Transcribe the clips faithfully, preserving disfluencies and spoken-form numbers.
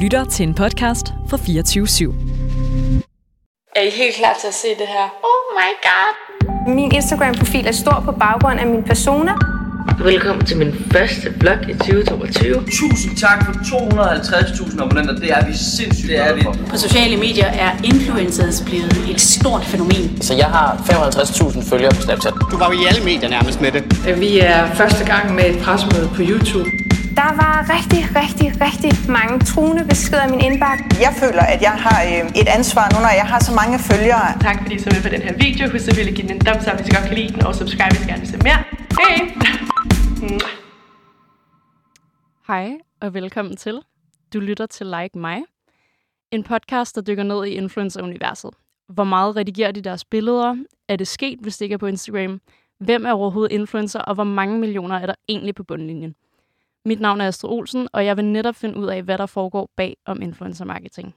lytter til en podcast fra fireogtyve syv. Er I helt klar til at se det her? Oh my god! Min Instagram-profil er stor på baggrund af mine personer. Velkommen til min første vlog i tyve toogtyve. Tusind tak for to hundrede og halvtreds tusind abonnenter. Det er vi sindssygt det er vi. På sociale medier er influencers blevet et stort fænomen. Så jeg har femoghalvtreds tusind følgere på Snapchat. Du var jo i alle medier nærmest med det. Vi er første gang med et pressemøde på YouTube. Der var rigtig, rigtig, rigtig mange truende beskeder i min indbakke. Jeg føler, at jeg har øh, et ansvar nu, når jeg har så mange følgere. Tak fordi I så med på den her video. Husk selvfølgelig at give den en thumbs up, hvis I godt kan lide den, og subscribe, hvis I gerne vil se mere. Hej! Hej, og velkommen til. Du lytter til Like Mig. En podcast, der dykker ned i influencer-universet. Hvor meget redigerer de deres billeder? Er det sket, hvis det ikke er på Instagram? Hvem er overhovedet influencer, og hvor mange millioner er der egentlig på bundlinjen? Mit navn er Astrid Olsen, og jeg vil netop finde ud af, hvad der foregår bag om influencer marketing.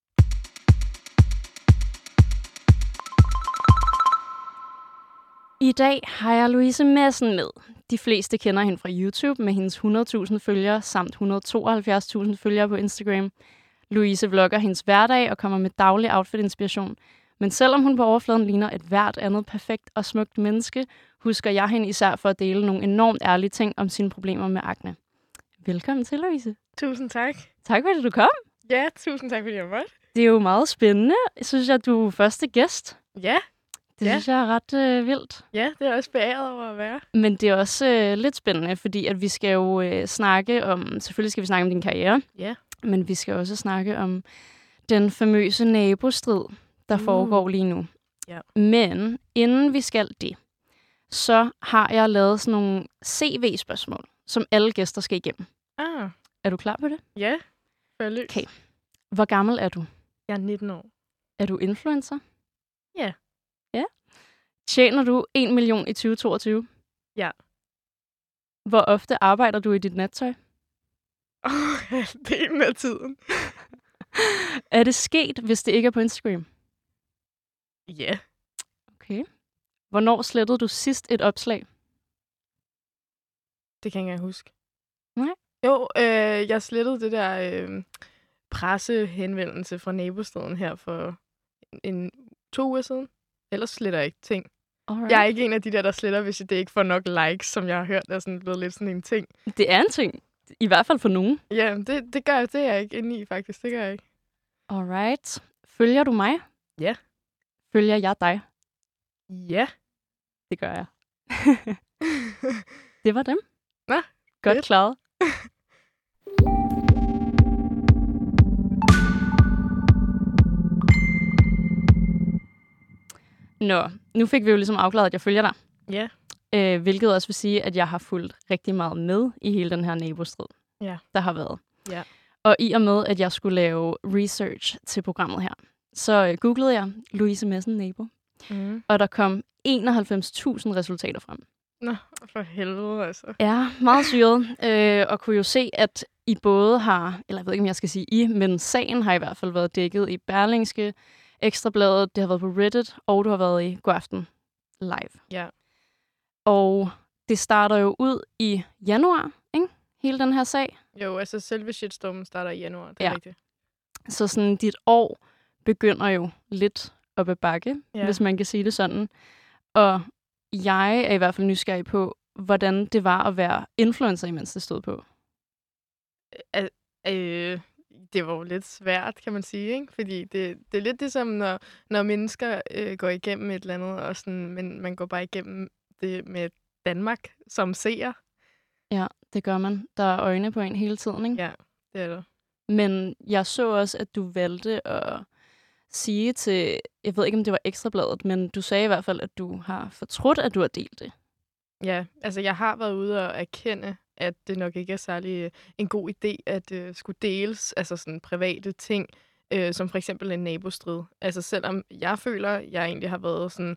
I dag har jeg Louise Madsen med. De fleste kender hende fra YouTube med hendes hundrede tusind følgere samt et hundrede og tooghalvfjerds tusind følgere på Instagram. Louise vlogger hendes hverdag og kommer med daglig outfit-inspiration. Men selvom hun på overfladen ligner et hvert andet perfekt og smukt menneske, husker jeg hende især for at dele nogle enormt ærlige ting om sine problemer med akne. Velkommen til, Louise. Tusind tak. Tak fordi du kom. Ja, tusind tak fordi jeg måtte. Det er jo meget spændende. Jeg synes, at du er første gæst. Ja. Det ja. synes jeg er ret øh, vildt. Ja, det er også beæret over at være. Men det er også øh, lidt spændende, fordi at vi skal jo øh, snakke om... Selvfølgelig skal vi snakke om din karriere. Ja. Men vi skal også snakke om den famøse nabostrid, der mm. foregår lige nu. Ja. Men inden vi skal det, så har jeg lavet sådan nogle C V-spørgsmål, som alle gæster skal igennem. Ah. Er du klar på det? Ja, følge. Okay. Hvor gammel er du? Jeg er nitten år. Er du influencer? Ja. Ja. Tjener du en million i tyve toogtyve? Ja. Hvor ofte arbejder du i dit nattøj? Åh, oh, halvdelen af tiden. Er det sket, hvis det ikke er på Instagram? Ja. Okay. Hvornår slettede du sidst et opslag? Det kan jeg ikke engang huske. Nej. Jo, øh, jeg slettede det der øh, pressehenvendelse fra nabostriden her for en, to uger siden. Ellers sletter jeg ikke ting. Alright. Jeg er ikke en af de der, der sletter, hvis det ikke får nok likes, som jeg har hørt, der er sådan blevet lidt sådan en ting. Det er en ting. I hvert fald for nogen. Ja, det, det gør jeg. Det er jeg ikke inde i, faktisk. Det gør jeg ikke. Alright. Følger du mig? Ja. Følger jeg dig? Ja. Det gør jeg. Det var dem. Nå, godt fedt. Klaret. Nå, nu fik vi jo ligesom afklaret, at jeg følger dig. Ja. Øh, hvilket også vil sige, at jeg har fulgt rigtig meget med i hele den her nabostrid, ja. der har været. Ja. Og i og med, at jeg skulle lave research til programmet her, så øh, googlede jeg Louise Madsen nabo. Mm. Og der kom enoghalvfems tusind resultater frem. Nå, for helvede altså. Ja, meget syret. øh, og kunne jo se, at I både har, eller jeg ved ikke, om jeg skal sige I, men sagen har i hvert fald været dækket i Berlingske, Ekstrabladet, det har været på Reddit, og du har været i Godaften Live. Ja. Og det starter jo ud i januar, ikke? Hele den her sag. Jo, altså selve shitstormen starter i januar, det er ja. rigtigt. Så sådan dit år begynder jo lidt op ad bakke, ja. Hvis man kan sige det sådan. Og jeg er i hvert fald nysgerrig på, hvordan det var at være influencer, imens det stod på. Øh, øh, det var jo lidt svært, kan man sige, ikke? Fordi det, det er lidt ligesom, når, når mennesker øh, går igennem et eller andet, og sådan, men man går bare igennem det med Danmark som seer. Ja, det gør man. Der er øjne på en hele tiden, ikke? Ja, det er der. Men jeg så også, at du valgte at sige til, jeg ved ikke, om det var Ekstrabladet, men du sagde i hvert fald, at du har fortrudt, at du har delt det. Ja, altså jeg har været ude og erkende, at det nok ikke er særlig en god idé at øh, skulle deles, altså sådan private ting, øh, som for eksempel en nabostrid. Altså selvom jeg føler, at jeg egentlig har været sådan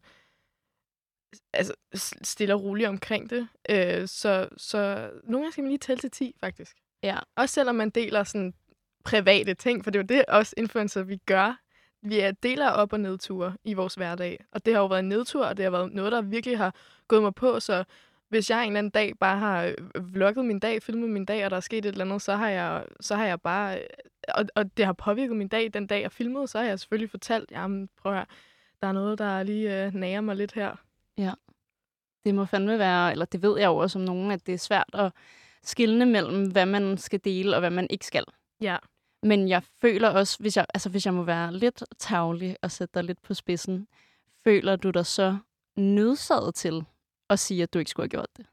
altså stille og roligt omkring det, øh, så, så nogle gange skal man lige tælle til ti, faktisk. Ja. Også selvom man deler sådan private ting, for det er jo det, også influencer, vi gør. Vi er deler op- og nedture i vores hverdag, og det har jo været en nedtur, og det har været noget, der virkelig har gået mig på, så hvis jeg en eller anden dag bare har vlogget min dag, filmet min dag, og der er sket et eller andet, så har jeg, så har jeg bare og, og det har påvirket min dag den dag, jeg filmede, så har jeg selvfølgelig fortalt, jamen prøv at høre, der er noget, der lige øh, nager mig lidt her. Ja. Det må fandme være, eller det ved jeg jo også om nogen, at det er svært at skelne mellem, hvad man skal dele og hvad man ikke skal. Ja. Men jeg føler også, hvis jeg, altså hvis jeg må være lidt tarvelig og sætte dig lidt på spidsen, føler du dig så nødsaget til at sige, at du ikke skulle have gjort det?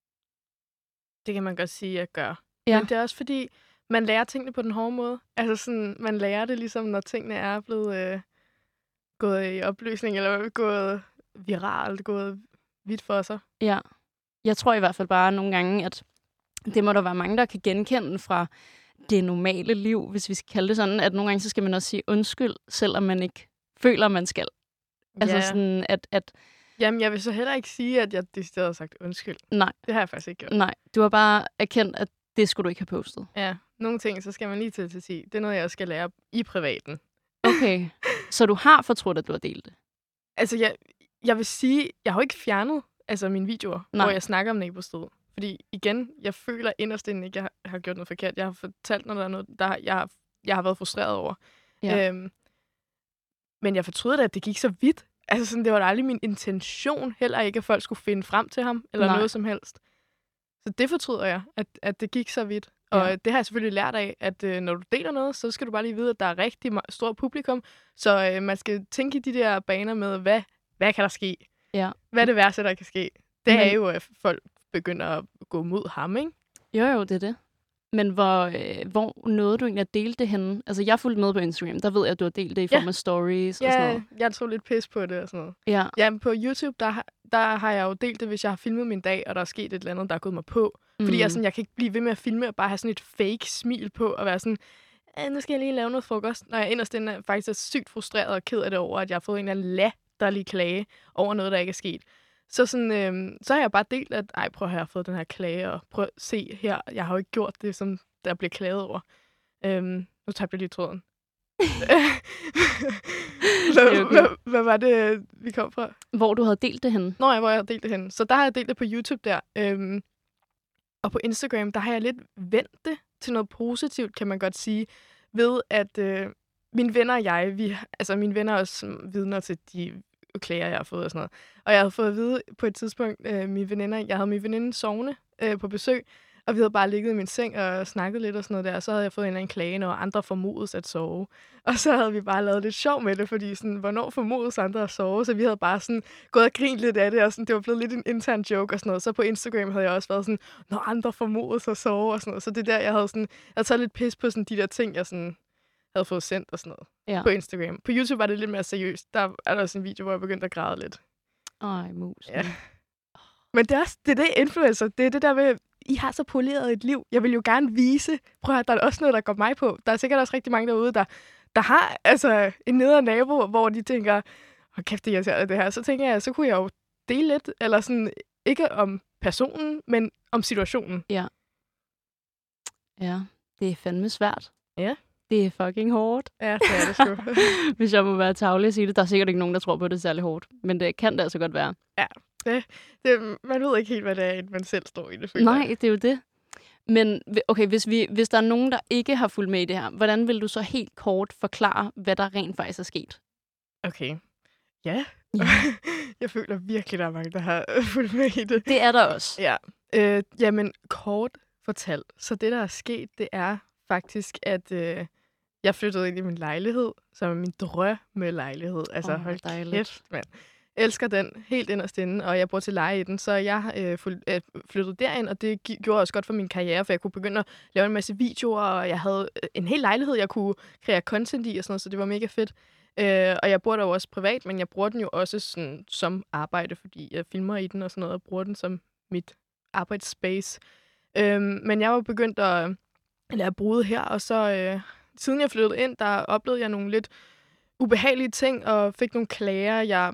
Det kan man godt sige, at jeg gør. Ja. Men det er også fordi, man lærer tingene på den hårde måde. Altså sådan, man lærer det ligesom, når tingene er blevet øh, gået i opløsning, eller gået viralt, gået vidt for sig. Ja. Jeg tror i hvert fald bare nogle gange, at det må der være mange, der kan genkende fra det normale liv, hvis vi skal kalde det sådan, at nogle gange så skal man også sige undskyld, selvom man ikke føler, man skal. Altså Ja. sådan, at... at Jamen, jeg vil så heller ikke sige, at jeg decideret har sagt undskyld. nej, Det har jeg faktisk ikke gjort. nej. Du har bare erkendt, at det skulle du ikke have postet. Ja, nogle ting, så skal man lige til til at sige. Det er noget, jeg også skal lære i privaten. Okay. Så du har fortrudt, at du har delt det? Altså, jeg, jeg vil sige, jeg har jo ikke fjernet altså, mine videoer, Nej. hvor jeg snakker om nabostrid. Fordi igen, jeg føler inderst inde ikke, jeg har, har gjort noget forkert. Jeg har fortalt, når der er noget, der jeg har, jeg har været frustreret over. Ja. Øhm, men jeg fortryder da, at det gik så vidt. Altså, sådan, det var da aldrig min intention heller ikke, at folk skulle finde frem til ham, eller Nej. noget som helst. Så det fortryder jeg, at, at det gik så vidt. Og Ja. det har jeg selvfølgelig lært af, at øh, når du deler noget, så skal du bare lige vide, at der er rigtig ma- stort publikum. Så øh, man skal tænke i de der baner med, hvad, hvad kan der ske? Ja. Hvad er det værste, der kan ske? Det Men- er jo, at folk begynder at gå mod ham, ikke? Jo, jo, det er det. Men hvor, øh, hvor nåede du egentlig at dele det henne? Altså, jeg fulgte med på Instagram. Der ved jeg, at du har delt det i Ja. form af stories og sådan Ja, noget. jeg tog lidt pis på det og sådan noget. Ja, Ja, på YouTube, der, har- der har jeg jo delt det, hvis jeg har filmet min dag, og der er sket et eller andet, der er gået mig på. Fordi Mm. jeg, sådan, jeg kan ikke blive ved med at filme og bare have sådan et fake smil på, og være sådan, "Ah, nu skal jeg lige lave noget frokost. Når jeg inderst inde er faktisk er sygt frustreret og ked af det over, at jeg har fået en eller anden latterlig klage over noget, der ikke er sket. Så, sådan, øhm, så har jeg bare delt, at ej, prøv at have fået den her klage, og prøv at se her, jeg har jo ikke gjort det, som der bliver klaget over. Øhm, nu tabte jeg lige tråden. hvad, Det er okay. hvad, hvad var det, vi kom fra? hvor du havde delt det henne. Nå ja, hvor jeg har delt det henne. Så der har jeg delt det på YouTube der. Øhm, og på Instagram, der har jeg lidt vendt det til noget positivt, kan man godt sige. Ved at øh, mine venner og jeg, vi, altså mine venner er også vidner til de klager, jeg har fået og sådan noget. Og jeg havde fået at vide på et tidspunkt, øh, mine veninder, jeg havde min veninde Sovne øh, på besøg, og vi havde bare ligget i min seng og snakket lidt og sådan noget der, og så havde jeg fået en eller anden klage, når andre formodes at sove. Og så havde vi bare lavet lidt sjov med det, fordi sådan, hvornår formodes andre at sove? Så vi havde bare sådan gået og grint lidt af det, og sådan, det var blevet lidt en intern joke og sådan noget. Så på Instagram havde jeg også været sådan, når andre formodes at sove og sådan noget. Så det der, jeg havde sådan, jeg havde taget lidt pis på sådan de der ting, jeg sådan havde fået sendt og sådan noget Ja. på Instagram. På YouTube var det lidt mere seriøst. Der er der også en video, hvor jeg begyndte at græde lidt. Ej, mus. Ja. Men det er også det, er det influencer. Det er det der med, I har så poleret et liv. Jeg vil jo gerne vise, prøv at høre, der er også noget, der går mig på. Der er sikkert også rigtig mange derude, der, der har altså en nedre nabo, hvor de tænker, åh kæft, det er irriterende det her. Så tænker jeg, så kunne jeg jo dele lidt, eller sådan, ikke om personen, men om situationen. Ja. Ja, det er fandme svært. Ja. Det er fucking hårdt. Ja, det er det sgu. Hvis jeg må være tavlig at sige det. Der er sikkert ikke nogen, der tror på, at det er særlig hårdt. Men det kan det altså godt være. det, det, man ved ikke helt, hvad det er, inden man selv står i det. føler Nej, jeg. det er jo det. Men okay, hvis, vi, hvis der er nogen, der ikke har fulgt med i det her, hvordan vil du så helt kort forklare, hvad der rent faktisk er sket? Okay. Ja. Ja. Jeg føler virkelig, der er mange, der har fulgt med i det. Det er der også. Ja. Øh, jamen, kort fortalt. Så det, der er sket, det er faktisk, at øh, jeg flyttede ind i min lejlighed, som er min drømmelejlighed. Altså, Åh, hold dejligt. kæft, mand. Elsker den helt inderst inde, og jeg bor til leje i den, så jeg øh, fuld, øh, flyttede derind, og det gi- gjorde også godt for min karriere, for jeg kunne begynde at lave en masse videoer, og jeg havde øh, en hel lejlighed, jeg kunne kreere content i og sådan noget, så det var mega fedt. Øh, og jeg bruger det jo også privat, men jeg bruger den jo også sådan, som arbejde, fordi jeg filmer i den og sådan noget, og bruger den som mit arbejdsspace. Øh, men jeg var begyndt at lade bruge her, og så øh, siden jeg flyttede ind, der oplevede jeg nogle lidt ubehagelige ting, og fik nogle klager. Jeg,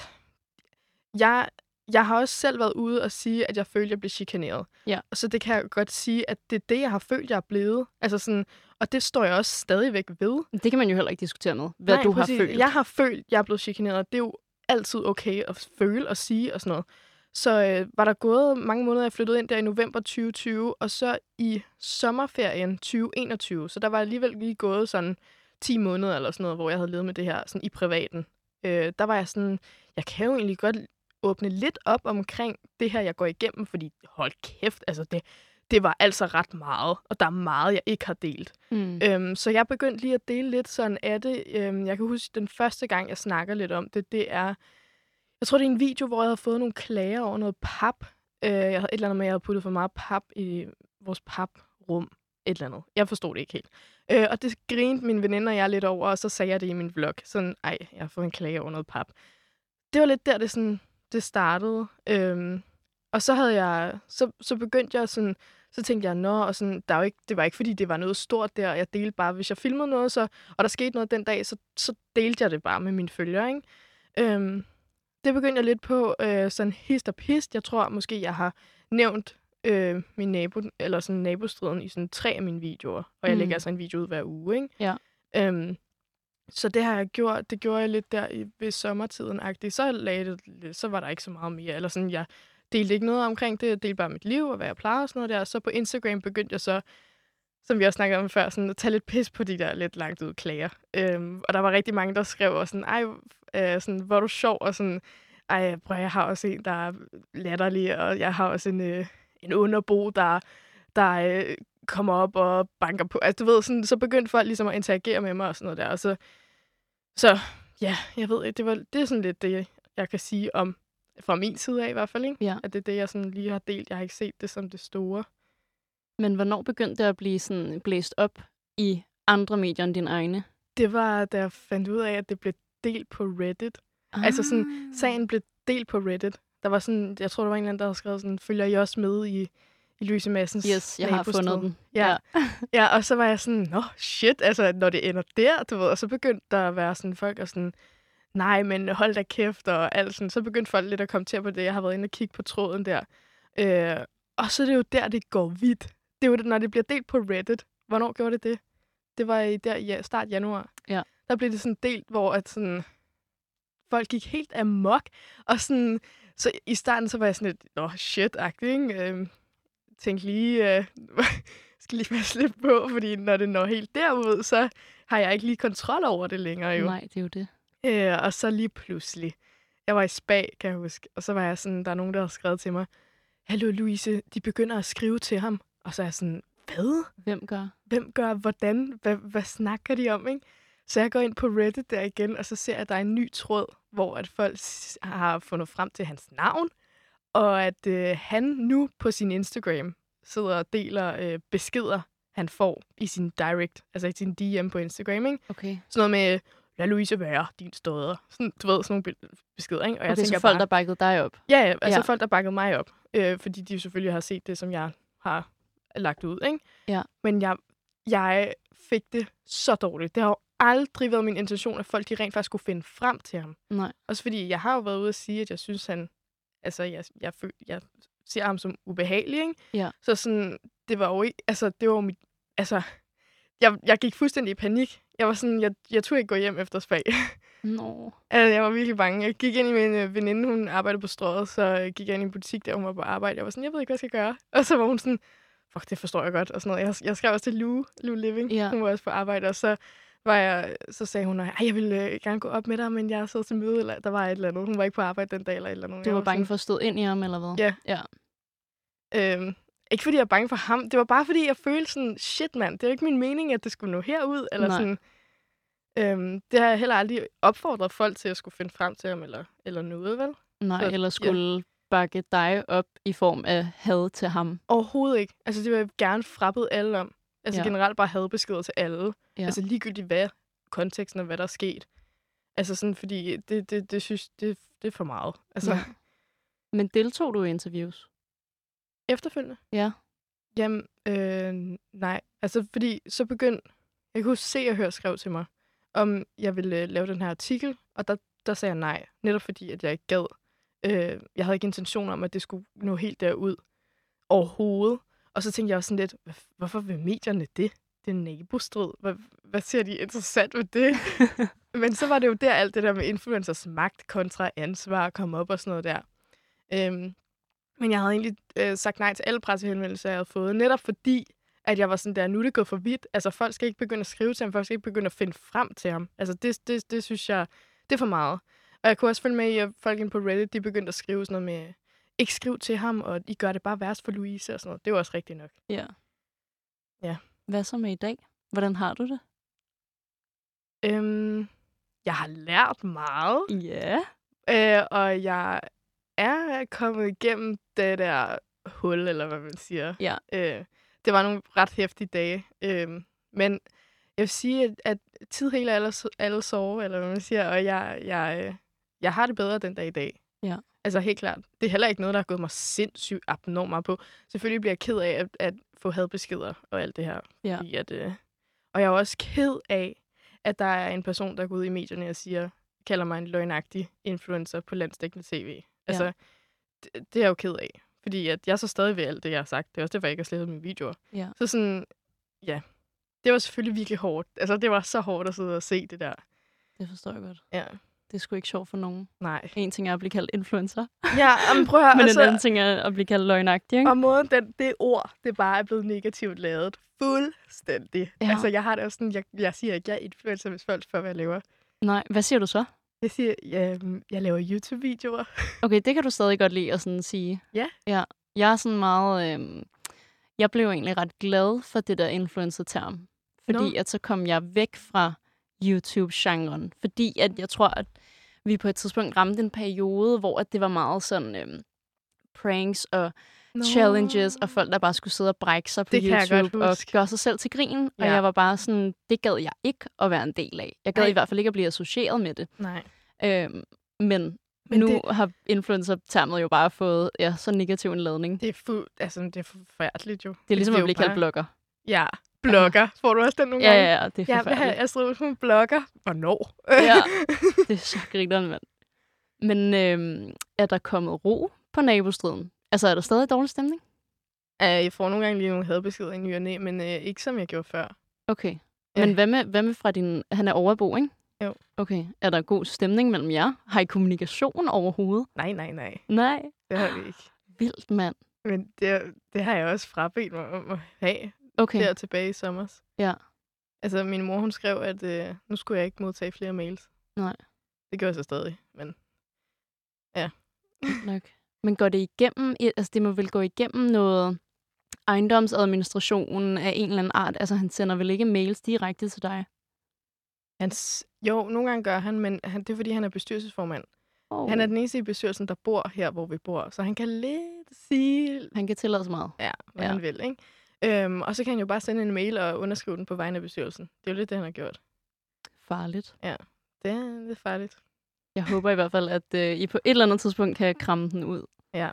jeg, jeg har også selv været ude og sige, at jeg følte, at jeg blev chikaneret. Ja. Og så det kan jeg godt sige, at det er det, jeg har følt, jeg er blevet. Altså sådan, og det står jeg også stadigvæk ved. Det kan man jo heller ikke diskutere med, hvad Nej, du præcis. har følt. Jeg har følt, jeg er blevet chikaneret. Det er jo altid okay at føle og sige og sådan noget. så øh, var der gået mange måneder, jeg flyttede ind der i november tyve tyve, og så i sommerferien tyve enogtyve, så der var alligevel lige gået sådan ti måneder eller sådan noget, hvor jeg havde levet med det her sådan i privaten. Øh, der var jeg sådan, jeg kan jo egentlig godt åbne lidt op omkring det her, jeg går igennem, fordi hold kæft, altså det, det var altså ret meget, og der er meget, jeg ikke har delt. Mm. Øhm, så jeg begyndte lige at dele lidt sådan af det. Øhm, jeg kan huske, den første gang, jeg snakker lidt om det, det er, jeg tror, det er en video, hvor jeg havde fået nogle klager over noget pap. Øh, jeg havde et eller andet med, at jeg havde puttet for meget pap i vores paprum. Et eller andet. Jeg forstod det ikke helt. Øh, og det grinede mine veninder og jeg lidt over, og så sagde jeg det i min vlog. Sådan, ej, jeg har fået en klage over noget pap. Det var lidt der, det, sådan, det startede. Øhm, og så havde jeg, så, så begyndte jeg sådan, så tænkte jeg, nå, og sådan, der var ikke, det var ikke, fordi det var noget stort der, jeg delte bare, hvis jeg filmede noget, så, og der skete noget den dag, så, så delte jeg det bare med mine følgere, ikke? Øhm, det begyndte jeg lidt på, øh, sådan hist og pist. Jeg tror måske, jeg har nævnt øh, min nabo, eller sådan nabostriden i sådan tre af mine videoer, og jeg mm. lægger altså en video ud hver uge, ikke? Ja. Øhm, så det har jeg gjort, det gjorde jeg lidt der i, ved sommertiden-agtigt. Så, lagde det, så var der ikke så meget mere, eller sådan, jeg delte ikke noget omkring det, jeg delte bare mit liv, og hvad jeg plejer og sådan noget der. Så på Instagram begyndte jeg så, som vi også snakkede om før, sådan at tage lidt pis på de der lidt langt ud klager. Øhm, og der var rigtig mange, der skrev og sådan, ej, øh, sådan, hvor er du sjov, og sådan, ej, prøv, jeg har også en, der er latterlig, og jeg har også en, øh, en underbo, der, der øh, kommer op og banker på. Altså, du ved, sådan, så begyndte folk ligesom at interagere med mig og sådan noget der. Og så, så ja, jeg ved ikke, det, var, det er sådan lidt det, jeg kan sige om, fra min side af i hvert fald, ikke? Ja. At det er det, jeg sådan lige har delt. Jeg har ikke set det som det store. Men hvornår begyndte det at blive sådan blæst op i andre medier end dine egne? Det var, da jeg fandt ud af, at det blev delt på Reddit. Ah. Altså sådan, sagen blev delt på Reddit. Der var sådan, jeg tror, der var en eller anden, der havde skrevet sådan, følger I også med i, i Louise Madsens Yes, jeg har fundet den. Ja. Ja. Ja, og så var jeg sådan, nå, shit, altså, når det ender der, du ved. Og så begyndte der at være sådan folk, og sådan, nej, men hold da kæft, og alt sådan. Så begyndte folk lidt at kommentere på det. Jeg har været inde og kigge på tråden der. Øh, og så er det jo der, det går vidt. Det er jo, når det bliver delt på Reddit. Hvornår gjorde det det? Det var i der, ja, start januar. Ja. Der blev det sådan delt, hvor at sådan, folk gik helt amok. Og sådan, så i starten så var jeg sådan lidt, åh, shit-agtig, ikke? Øh, tænkte lige, øh, skal lige passe lidt på, fordi når det når helt derud, så har jeg ikke lige kontrol over det længere jo. Nej, det er jo det. Øh, og så lige pludselig, jeg var i spa, kan jeg huske, og så var jeg sådan, der er nogen, der har skrevet til mig, hallo Louise, de begynder at skrive til ham, og så er jeg sådan, hvad? Hvem gør? Hvem gør hvordan? Hvad, hvad snakker de om, ikke? Så jeg går ind på Reddit der igen, og så ser jeg, at der er en ny tråd, hvor at folk har fundet frem til hans navn, og at øh, han nu på sin Instagram sidder og deler øh, beskeder, han får i sin direct, altså i sin D M på Instagram, ikke? Okay. Sådan noget med, lad Louise være din stodder. Sådan, du ved, sådan nogle beskeder, ikke? Og okay, jeg tænker så folk, bare, der bakkede dig op? Ja, ja, altså ja. folk, der bakkede mig op. Øh, fordi de selvfølgelig har set det, som jeg har lagt ud, ikke? Ja. Men jeg, jeg fik det så dårligt. Det har jo aldrig været min intention, at folk de rent faktisk skulle finde frem til ham. Nej. Også fordi, jeg har jo været ude at sige, at jeg synes, han... Altså, jeg, jeg, jeg, jeg ser ham som ubehagelig, ikke? Ja. Så sådan, det var jo ikke... Altså, det var jo mit... Altså, jeg, jeg gik fuldstændig i panik. Jeg var sådan, jeg, jeg turde ikke gå hjem efter spa. Nå. Altså, jeg var virkelig bange. Jeg gik ind i min øh, veninde, hun arbejdede på Strøget, så øh, gik jeg ind i en butik, der hun var på arbejde. Jeg var sådan, jeg ved ikke, hvad jeg skal gøre. Og så var hun sådan, fuck, det forstår jeg godt. Og sådan noget. Jeg, jeg skrev også til Lou, Lou Living. Ja. Hun var også på arbejde, og så var jeg, så sagde hun, at jeg ville øh, gerne gå op med dig, men jeg sad til møde, eller der var et eller andet. Hun var ikke på arbejde den dag, eller et eller andet. Du var, var bange sådan, for at stå ind i ham, eller hvad? Ja. Ja. Øhm, ikke fordi jeg var bange for ham. Det var bare fordi, jeg følte sådan, shit mand, det er jo ikke min mening, at det skulle nå herud. Eller Nej. sådan. Øhm, det har jeg heller aldrig opfordret folk til at skulle finde frem til ham, eller, eller noget, vel? Nej, så, eller skulle ja. bakke dig op i form af had til ham. Overhovedet ikke. Altså, det vil jeg gerne frabbede alle om. Altså, ja. generelt bare hadbeskeder til alle. Ja. Altså, ligegyldigt hvad konteksten og hvad der er sket. Altså, sådan, fordi det, det, det synes, det, det er for meget. Altså, ja. Men deltog du i interviews? Efterfølgende? Ja. Jamen, øh, nej. Altså, fordi så begyndte... Jeg kunne se og høre skrev til mig, om jeg ville øh, lave den her artikel, og der, der sagde jeg nej. Netop fordi, at jeg ikke gad. Øh, jeg havde ikke intention om, at det skulle nå helt derud overhovedet. Og så tænkte jeg også sådan lidt, hvorfor vil medierne det? Det er en nabostrid. Hvad, hvad ser de interessant ved det? Men så var det jo der alt det der med influencers magt kontra ansvar kom op og sådan noget der. Øhm, Men jeg havde egentlig øh, sagt nej til alle pressehenvendelser, jeg havde fået, netop fordi, at jeg var sådan der, nu er det gået for vidt. Altså, folk skal ikke begynde at skrive til ham, folk skal ikke begynde at finde frem til ham. Altså, det, det, det synes jeg, det er for meget. Og jeg kunne også følge med i, at folk inde på Reddit, de begyndte at skrive sådan noget med, ikke skriv til ham, og I gør det bare værst for Louise og sådan noget. Det var også rigtigt nok. Ja. Ja. Hvad så med i dag? Hvordan har du det? Øhm, jeg har lært meget. Ja. Øh, og jeg er kommet igennem det der hul, eller hvad man siger. Ja. Øh, det var nogle ret heftige dage. Øh, men jeg vil sige, at, at tid hele alle, alle sove, eller hvad man siger, og jeg, jeg, øh, jeg har det bedre den dag i dag. Ja. Altså helt klart. Det er heller ikke noget, der har gået mig sindssygt abnormt meget på. Selvfølgelig bliver jeg ked af at, at få hadbeskeder og alt det her. Ja. Fordi at, øh, og jeg er også ked af, at der er en person, der går ud i medierne og siger, kalder mig en løgnagtig influencer på landsdækkende tv. Altså, Ja. det, det er jeg jo ked af. Fordi at jeg så stadig ved alt det, jeg har sagt. Det er også derfor, jeg ikke har slettet mine videoer. Ja. Så sådan, ja. Det var selvfølgelig virkelig hårdt. Altså, det var så hårdt at sidde og se det der. Det forstår jeg godt. Ja. Det er sgu ikke sjovt for nogen. Nej. En ting er at blive kaldt influencer. Ja, men prøv at høre. Men altså, en anden ting er at blive kaldt løgnagtig, ikke? Og måden, den, det ord, det bare er blevet negativt lavet. Fuldstændig. Ja. Altså, jeg har det også sådan, jeg, jeg siger ikke, jeg er influencer, hvis folk spørger, hvad jeg laver. Nej, hvad siger du så? Jeg siger, jeg, jeg laver YouTube-videoer. Okay, det kan du stadig godt lide at sådan sige. Ja. Ja. Jeg er sådan meget... Øh, jeg blev egentlig ret glad for det der influencer-term. Fordi Nå. at så kom jeg væk fra YouTube-genren. Fordi at jeg tror, at vi på et tidspunkt ramte en periode, hvor at det var meget sådan øh, pranks og Nå. challenges, og folk, der bare skulle sidde og brække sig på Det kan jeg YouTube godt og huske. gøre sig selv til grin. Ja. Og Ja. jeg var bare sådan, det gad jeg ikke at være en del af. Jeg gad Nej. i hvert fald ikke at blive associeret med det. Nej. Øhm, men, Men nu det- har influencer-termet jo bare fået ja, så negativ en ladning. Det er, fu- altså, det er forfærdeligt jo. Det er ligesom jo at blive kaldt bare- blogger. Ja, blogger. Får du også den nogle Ja, gange? ja, ja, det er Ja, hvad har forfærdeligt. jeg skrevet som blogger? Hvornår? Ja, det er så grineren, mand. Men øhm, er der kommet ro på nabostriden? Altså, er der stadig dårlig stemning? Uh, jeg får nogle gange lige nogle hadbeskeder i ny og næ, men uh, ikke som jeg gjorde før. Okay. Ja. Men hvad med, hvad med fra din... Han er overbo, ikke? Jo. Okay. Er der god stemning mellem jer? Har I kommunikation overhovedet? Nej, nej, nej. Nej. Det har vi ikke. Vildt, mand. Men det, det har jeg også frabedt mig om at have Okay. der tilbage i sommer. Ja. Altså, min mor, hun skrev, at øh, nu skulle jeg ikke modtage flere mails. Nej. Det gør jeg så stadig, men ja. Nok. Men går det igennem... Altså, det må vel gå igennem noget ejendomsadministration af en eller anden art? Altså, han sender vel ikke mails direkte til dig? Hans, jo, nogle gange gør han, men han, det er, fordi han er bestyrelsesformand. Oh. Han er den eneste i bestyrelsen, der bor her, hvor vi bor. Så han kan lidt sige... Han kan tillade sig meget. Ja, hvad Ja. ja. han vil, ikke? Øhm, og så kan han jo bare sende en mail og underskrive den på vegne af bestyrelsen. Det er jo lidt det, han har gjort. Farligt. Ja, det er lidt farligt. Jeg håber i hvert fald, at øh, I på et eller andet tidspunkt kan kramme den ud. Ja.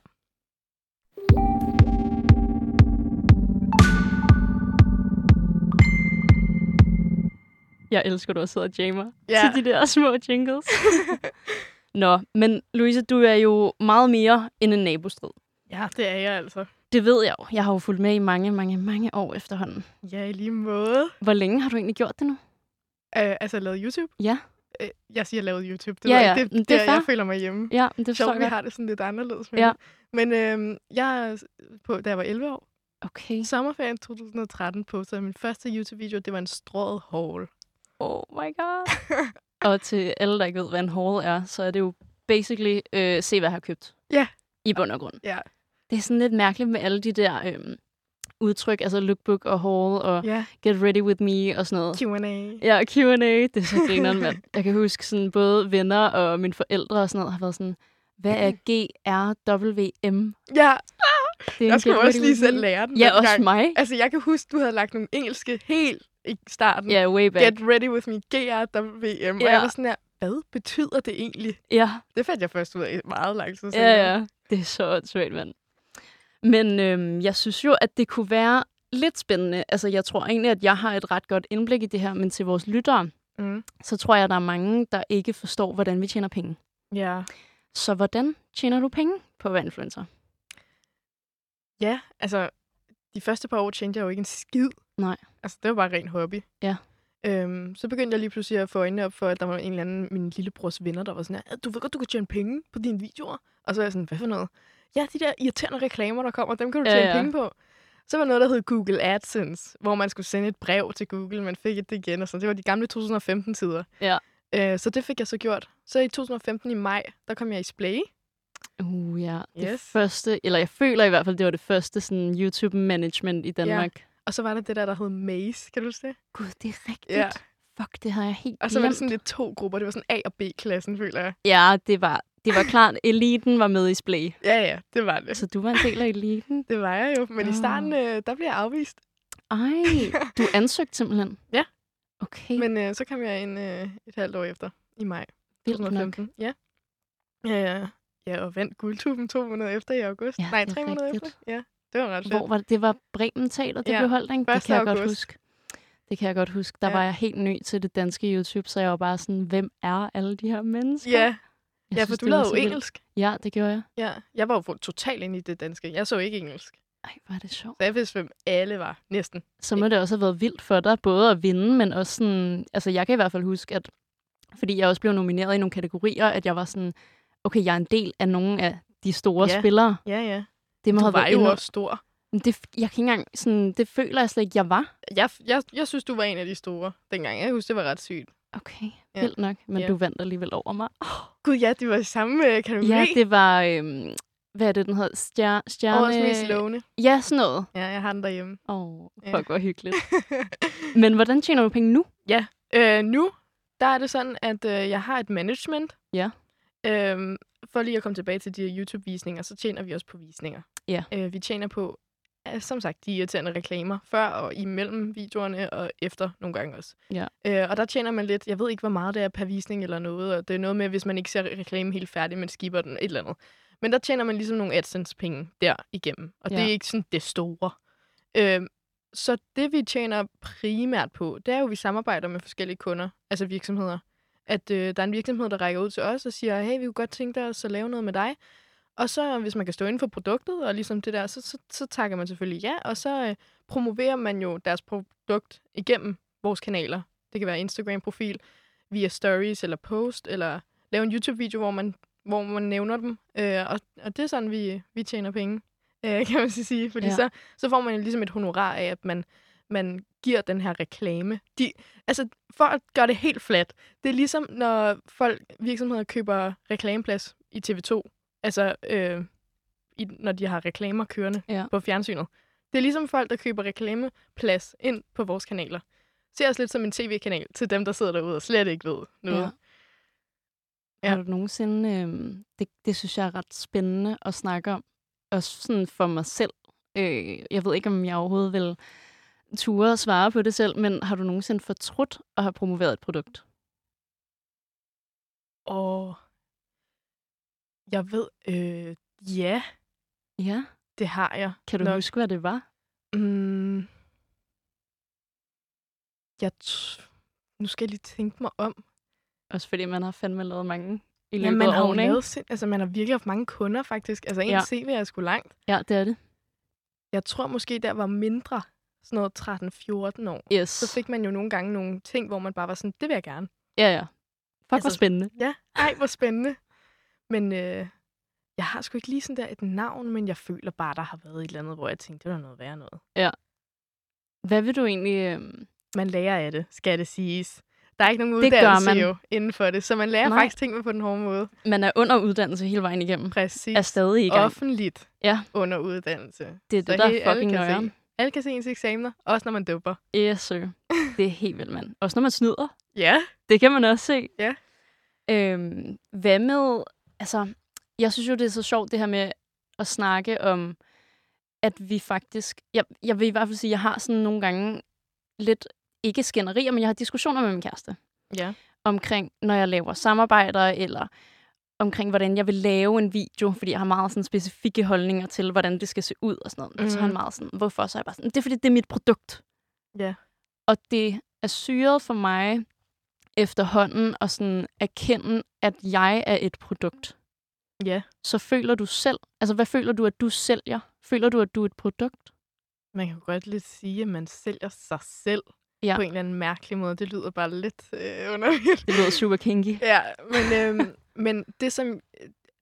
Jeg elsker, at du også sidder og jammer Ja. til de der små jingles. Nå, men Louise, du er jo meget mere end en nabostrid. Ja, det er jeg altså. Det ved jeg jo. Jeg har jo fulgt med i mange, mange, mange år efterhånden. Ja, i lige måde. Hvor længe har du egentlig gjort det nu? Øh, altså, lavet YouTube? Ja. Øh, jeg siger lavet YouTube. Det, Ja, var ja. ikke det, Det er det, der, fair. jeg føler mig hjemme. Ja, det forstår Sjovt, jeg vi godt. har det sådan lidt anderledes med Ja. det. Men øh, jeg, er på, da jeg var elleve år, Okay. i sommerferien to tusind og tretten, postede jeg min første YouTube-video. Det var en strøget haul. Oh my god. Og til alle, der ikke ved, hvad en haul er, så er det jo basically øh, se, hvad jeg har købt. Ja. I bund og grund. Ja. Det er sådan lidt mærkeligt med alle de der øhm, udtryk, altså lookbook og haul og Ja. get ready with me og sådan noget. Q and A. Ja, Q and A, det er så grineren, mand. Jeg kan huske sådan både venner og mine forældre og sådan noget har været sådan, hvad er G R W M? Ja, Det er en jeg skulle get også ready lige with selv me. lære den. Ja, dengang. også mig. Altså, jeg kan huske, du havde lagt nogle engelske helt i starten. Ja, way back. Get ready with me, G R W M. Ja. Og Ja. jeg var sådan her, hvad betyder det egentlig? Ja, Det fandt jeg først ud af meget lang tid siden. ja, ja. Det er så åndssvagt, mand. Men øhm, jeg synes jo, at det kunne være lidt spændende. Altså, jeg tror egentlig, at jeg har et ret godt indblik i det her, men til vores lyttere, Mm. så tror jeg, at der er mange, der ikke forstår, hvordan vi tjener penge. Ja. Så hvordan tjener du penge på at være influencer? Ja, altså, de første par år tjente jeg jo ikke en skid. Nej. Altså, det var bare ren hobby. Ja. Øhm, så begyndte jeg lige pludselig at få øjnene op for, at der var en eller anden min lillebrors venner, der var sådan her, du ved godt, du kan tjene penge på dine videoer. Og så er jeg sådan, hvad for noget? Ja, de der irriterende reklamer, der kommer, dem kan du Ja, tjene ja. penge på. Så var noget, der hed Google AdSense, hvor man skulle sende et brev til Google, man fik det igen og sådan. Det var de gamle to tusind og femten-tider. Ja. Øh, så det fik jeg så gjort. Så i to tusind og femten i maj, der kom jeg i Splay. Uh, ja. Det Yes. første, eller jeg føler i hvert fald, det var det første sådan, YouTube-management i Danmark. Ja. Og så var der det der, der hed Maze. Kan du huske det? Gud, det er rigtigt. Ja. Fuck, det har jeg helt Og så var det glemt. sådan lidt to grupper. Det var sådan A- og B-klassen, føler jeg. Ja, det var, det var klart, eliten var med i Splay. Ja, ja, det var det. Så du var en del af eliten? Det var jeg jo. Men oh. i starten, øh, der blev jeg afvist. Ej, du ansøgte simpelthen? Ja. Okay. Men øh, så kom jeg ind øh, et halvt år efter, i maj Vildt to tusind og femten. nok. Ja. Ja, ja, og vandt Guldtuben to måneder efter i august. Ja, Nej, det er tre måneder rigtigt. efter. Ja, det var ret fedt. Hvor var det? Det var Bremen Teater, det Ja, blev holdt, ikke? Det første kan jeg godt august. huske. Det kan jeg godt huske. Der Ja. var jeg helt ny til det danske YouTube, så jeg var bare sådan, hvem er alle de her mennesker? Ja, Jeg ja for synes, du det var lavede så jo vildt. engelsk. Ja, det gjorde jeg. Ja, jeg var jo totalt inde i det danske. Jeg så ikke engelsk. Ej, hvor er det sjovt. Så jeg vidste, hvem alle var. Næsten. Så må det også have været vildt for dig, både at vinde, men også sådan... Altså, jeg kan i hvert fald huske, at... Fordi jeg også blev nomineret i nogle kategorier, at jeg var sådan... Okay, jeg er en del af nogle af de store Ja. spillere. Ja, ja. Det må Du have var været jo endnu... også stor. Men Det, jeg kan ikke engang... Sådan, det føler jeg slet ikke, jeg var. Jeg, jeg, jeg synes, du var en af de store dengang. Jeg husker, det var ret sygt. Okay, Ja. vildt nok. Men Ja. du vandt alligevel over mig. Gud, ja, de var i samme øh, kategori. Ja, det var... Øhm, hvad er det, den hedder? Stjer, stjerne... Årets mest lovende. Ja, sådan noget. Ja, jeg har den derhjemme. Åh, oh, Ja. fuck, hvor hyggeligt. Men hvordan tjener du penge nu? Ja, øh, nu der er det sådan, at øh, jeg har et management. Ja. Øhm, for lige at komme tilbage til de her YouTube-visninger, så tjener vi også på visninger. Ja. Øh, vi tjener på, øh, som sagt, de irriterende reklamer før og imellem videoerne og efter nogle gange også. Ja. Øh, og der tjener man lidt, jeg ved ikke, hvor meget det er per visning eller noget, og det er noget med, hvis man ikke ser reklamen helt færdig, men skipper den, et eller andet. Men der tjener man ligesom nogle AdSense-penge der igennem, og Ja. det er ikke sådan det store. Øh, så det, vi tjener primært på, det er jo, at vi samarbejder med forskellige kunder, altså virksomheder. At øh, der er en virksomhed, der rækker ud til os og siger, hey, vi kunne godt tænke os at lave noget med dig. Og så, hvis man kan stå inden for produktet og ligesom det der, så, så, så takker man selvfølgelig ja. Og så øh, promoverer man jo deres produkt igennem vores kanaler. Det kan være Instagram-profil, via stories eller post, eller lave en YouTube-video, hvor man, hvor man nævner dem. Øh, og, og det er sådan, vi, vi tjener penge, øh, kan man så sige. Fordi Ja. så, så får man jo ligesom et honorar af, at man, man giver den her reklame. De, altså, for at gøre det helt flat, det er ligesom, når folk, virksomheder køber reklameplads i T V to. Altså, øh, i, når de har reklamer kørende Ja. på fjernsynet. Det er ligesom folk, der køber reklameplads ind på vores kanaler. Ser os lidt som en tv-kanal til dem, der sidder derude og slet ikke ved noget. Ja. Ja. Har du nogensinde... Øh, det, det synes jeg er ret spændende at snakke om. Også sådan for mig selv. Øh, jeg ved ikke, om jeg overhovedet vil ture og svare på det selv, men har du nogensinde fortrudt at have promoveret et produkt? Og jeg ved, øh, ja, Ja. det har jeg. Kan du nok. huske, hvad det var? Mm, jeg t- nu skal jeg lige tænke mig om. Også fordi man har fandme lavet mange i Ja, løbet man af har jo årene, ikke? lavet, sind- altså man har virkelig haft mange kunder faktisk. Altså en Ja. ja. C V er sgu langt. Ja, det er det. Jeg tror måske, der var mindre, sådan noget tretten fjorten år. Yes. Så fik man jo nogle gange nogle ting, hvor man bare var sådan, det vil jeg gerne. Ja, ja. Fuck, altså, hvor Altså, spændende. Ja, ej, hvor spændende. Men øh, jeg har sgu ikke lige sådan der et navn, men jeg føler bare, der har været et eller andet, hvor jeg tænkte, det var noget værre noget. Ja. Hvad vil du egentlig... Øh... Man lærer af det, skal det siges. Der er ikke nogen Det gør uddannelse man. jo inden for det, så man lærer Nej. faktisk tingene på den hårde måde. Man er under uddannelse hele vejen igennem. Præcis. Er stadig i gang. Offentligt Ja. under uddannelse. Det er det, Så der he- er fucking alle kan nøjeren. se. Alle kan se ens eksamener, også når man dupper. Yes, sir. Det er helt vildt, mand. Også når man snyder. Ja. Det kan man også se. Ja. Øhm, hvad med... Altså, jeg synes jo, det er så sjovt, det her med at snakke om, at vi faktisk... Jeg, jeg vil i hvert fald sige, at jeg har sådan nogle gange lidt... Ikke skænderier, men jeg har diskussioner med min kæreste. Ja. Omkring, når jeg laver samarbejder, eller omkring, hvordan jeg vil lave en video, fordi jeg har meget sådan specifikke holdninger til, hvordan det skal se ud og sådan noget. Mm. Så er han meget sådan, hvorfor? Så er jeg bare sådan, det er fordi, det er mit produkt. Ja. Og det er syret for mig efterhånden at sådan erkende, at jeg er et produkt. Ja. Så føler du selv, altså hvad føler du, at du sælger? Føler du, at du er et produkt? Man kan jo godt lidt sige, at man sælger sig selv Ja. på en eller anden mærkelig måde. Det lyder bare lidt øh, underligt. Det lyder super kinky. Ja, men, øhm, men det som...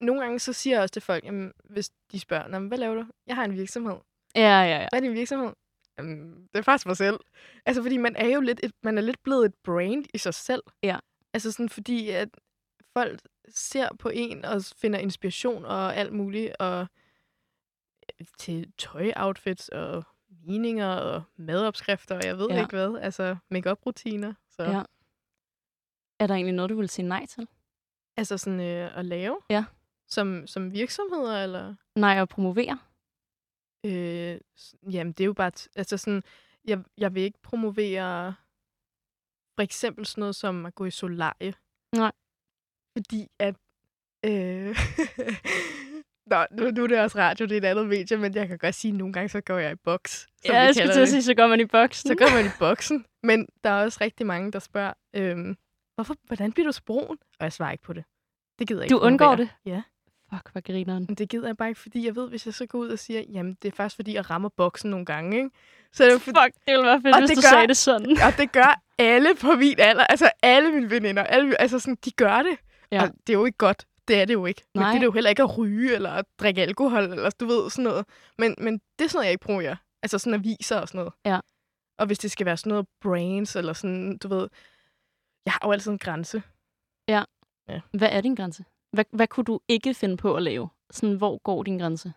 nogle gange så siger jeg også til folk, jamen, hvis de spørger, hvad laver du? Jeg har en virksomhed. Ja, ja, ja. Hvad er din virksomhed? Jamen, det er faktisk mig selv. Altså, fordi man er jo lidt, et, man er lidt blevet et brand i sig selv. Ja. Altså sådan, fordi at folk ser på en og finder inspiration og alt muligt, og til tøjoutfits og meninger og madopskrifter, og jeg ved ja. ikke hvad. Altså, make-up-rutiner. Så. Ja. Er der egentlig noget, du vil sige nej til? Altså sådan øh, at lave? Ja. Som, som virksomheder, eller? Nej, at promovere? Øh, jamen, det er jo bare... T- altså sådan, jeg, jeg vil ikke promovere for eksempel sådan noget som at gå i solarie. Nej. Fordi at... Øh, Nå, nu, nu er det også radio, det er et andet medie, men jeg kan godt sige, at nogle gange så går jeg i boks. Ja, jeg skal til at sige, så går man i boksen. Så går man i boksen. Men der er også rigtig mange, der spørger, øhm, hvorfor, hvordan bliver du så brun? Og jeg svarer ikke på det. Det gider jeg ikke. Du undgår det? Ja. Fuck, hvad grineren. Men det gider jeg bare ikke, fordi jeg ved, hvis jeg så går ud og siger, jamen, det er faktisk fordi, jeg rammer boksen nogle gange, ikke? Så det er for... Fuck, det ville være fedt, og hvis du gør... sagde det sådan. Og det gør alle på min alder. Altså, alle mine veninder. Alle, altså, sådan, de gør det. Ja. Og det er jo ikke godt. Det er det jo ikke. Nej. Men det er det jo heller ikke at ryge, eller at drikke alkohol, eller du ved, sådan noget. Men, men det er sådan noget, jeg ikke promoverer. Altså sådan aviser og sådan noget. Ja. Og hvis det skal være sådan noget brains, eller sådan, du ved... Jeg har jo altid en grænse. Ja. ja. Hvad er din grænse? Hvad, hvad kunne du ikke finde på at lave? Sådan, hvor går din grænse?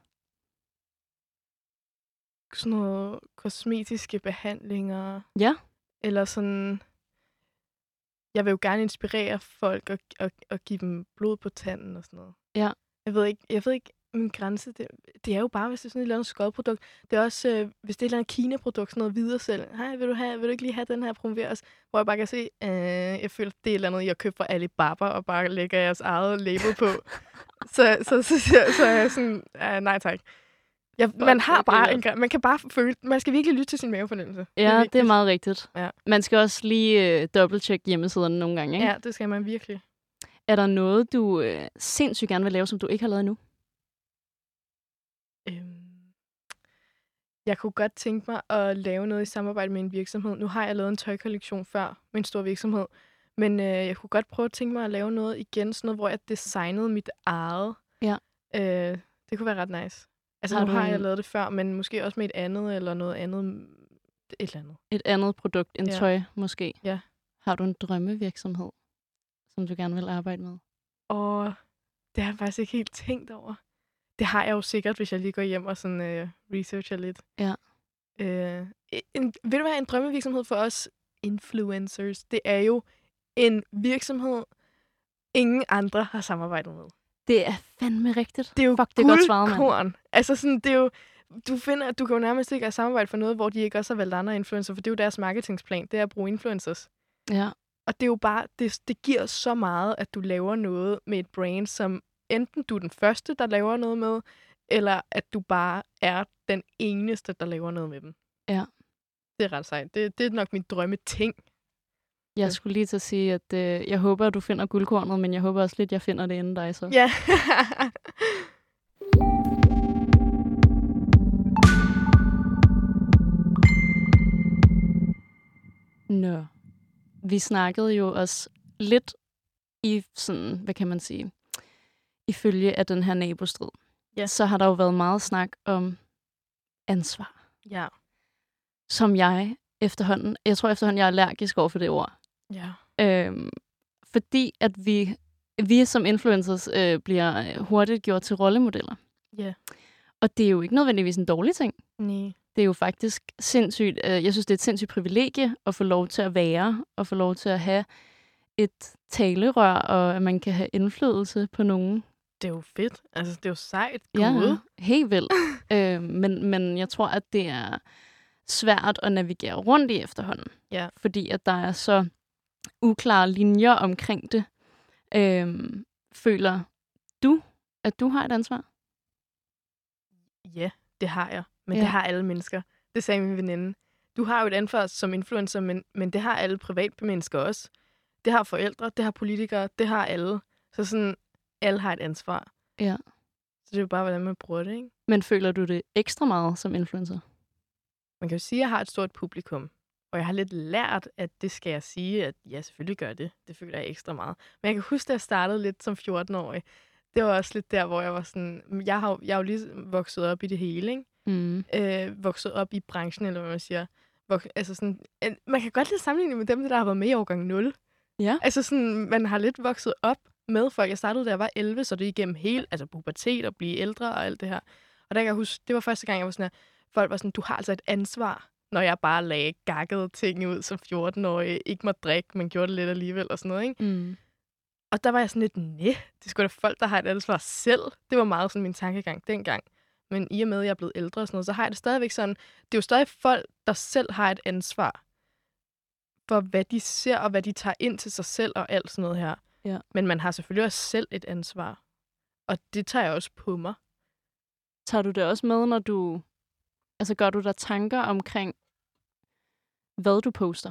Sådan noget kosmetiske behandlinger. Ja. Eller sådan... Jeg vil jo gerne inspirere folk og, og, og give dem blod på tanden og sådan noget. Ja. Jeg ved ikke, jeg ved ikke min grænse, det, det er jo bare, hvis det er sådan et eller andet skodprodukt. Det er også, øh, hvis det er et eller andet Kina-produkt, sådan noget videre selv. Hej, vil du, have, vil du ikke lige have den her promoveres? Hvor jeg bare kan se, øh, jeg føler, det er et eller andet, jeg køber fra Alibaba, og bare lægger jeres eget label på. så, så, så, så, så er jeg sådan, øh, nej tak. Ja, man har bare en, man kan bare føle, man skal virkelig lytte til sin mavefornemmelse. Ja, det er, det er meget rigtigt. Ja. Man skal også lige øh, dobbelttjekke hjemmesiderne nogle gange, ikke? Ja, det skal man virkelig. Er der noget, du øh, sindssygt gerne vil lave, som du ikke har lavet endnu? Øhm, jeg kunne godt tænke mig at lave noget i samarbejde med en virksomhed. Nu har jeg lavet en tøjkollektion før med en stor virksomhed. Men øh, jeg kunne godt prøve at tænke mig at lave noget igen, sådan noget, hvor jeg designede mit eget. Ja. Øh, det kunne være ret nice. Altså, har nu har en... jeg lavet det før, men måske også med et andet, eller noget andet, et eller andet. Et andet produkt end ja. tøj, måske? Ja. Har du en drømmevirksomhed, som du gerne vil arbejde med? Og det har jeg faktisk ikke helt tænkt over. Det har jeg jo sikkert, hvis jeg lige går hjem og sådan øh, researcher lidt. Ja. Øh, en, vil du have en drømmevirksomhed for os influencers? Det er jo en virksomhed, ingen andre har samarbejdet med. Det er fandme rigtigt. Det er jo Fuck, det er godt svaret, mand. Guldkorn. Altså sådan, det er jo... Du finder, du kan jo nærmest ikke samarbejde for noget, hvor de ikke også har valgt andre influencer, for det er jo deres marketingsplan, det er at bruge influencers. Ja. Og det er jo bare... Det, det giver så meget, at du laver noget med et brand, som enten du er den første, der laver noget med, eller at du bare er den eneste, der laver noget med dem. Ja. Det er ret sejt. Det, det er nok min drømme ting. Jeg skulle lige til at sige, at øh, jeg håber, at du finder guldkornet, men jeg håber også lidt, at jeg finder det inden dig så. Ja. Nå. Vi snakkede jo også lidt i sådan, hvad kan man sige, ifølge af den her nabostrid. Ja. Så har der jo været meget snak om ansvar. Ja. Som jeg efterhånden, jeg tror efterhånden, jeg er allergisk over for det ord. Ja. Øhm, fordi at vi, vi som influencers øh, bliver hurtigt gjort til rollemodeller. Ja. Og det er jo ikke nødvendigvis en dårlig ting. Nej. Det er jo faktisk sindssygt, øh, jeg synes, det er et sindssygt privilegie at få lov til at være, og få lov til at have et talerør, og at man kan have indflydelse på nogen. Det er jo fedt. Altså, det er jo sejt. Ja, helt vildt. øh, men, men jeg tror, at det er svært at navigere rundt i efterhånden. Ja. Fordi at der er så uklare linjer omkring det. Øhm, føler du, at du har et ansvar? Ja, det har jeg. Men ja. det har alle mennesker. Det sagde min veninde. Du har jo et ansvar som influencer, men, men det har alle private mennesker også. Det har forældre, det har politikere, det har alle. Så sådan, alle har et ansvar. Ja. Så det er jo bare, hvordan man bruger det, ikke? Men føler du det ekstra meget som influencer? Man kan jo sige, at jeg har et stort publikum. Og jeg har lidt lært, at det skal jeg sige, at ja, selvfølgelig gør det. Det føler jeg ekstra meget. Men jeg kan huske, at jeg startede lidt som fjorten-årig. det var også lidt der, hvor jeg var sådan... Jeg har, jeg har jo lige vokset op i det hele, ikke? Mm. Øh, vokset op i branchen, eller hvad man siger. Vok- altså sådan, en, man kan godt lidt sammenligne med dem, der har været med i årgang nul. Ja. Altså sådan, man har lidt vokset op med folk. Jeg startede, da jeg var elleve, så det er igennem hele, altså pubertet og blive ældre og alt det her. Og der kan jeg huske, det var første gang, jeg var sådan her, folk var sådan, du har altså et ansvar, når jeg bare lagde gakkede ting ud som fjorten-årig, ikke må drikke, men gjorde det lidt alligevel og sådan noget, ikke? Mm. Og der var jeg sådan lidt, næh, det skulle da folk, der har et ansvar selv. Det var meget sådan min tankegang dengang. Men i og med, at jeg er blevet ældre og sådan noget, så har jeg det stadigvæk sådan, det er jo stadig folk, der selv har et ansvar for, hvad de ser og hvad de tager ind til sig selv og alt sådan noget her. Ja. Men man har selvfølgelig også selv et ansvar. Og det tager jeg også på mig. Tager du det også med, når du... Altså, gør du der tanker omkring, hvad du poster?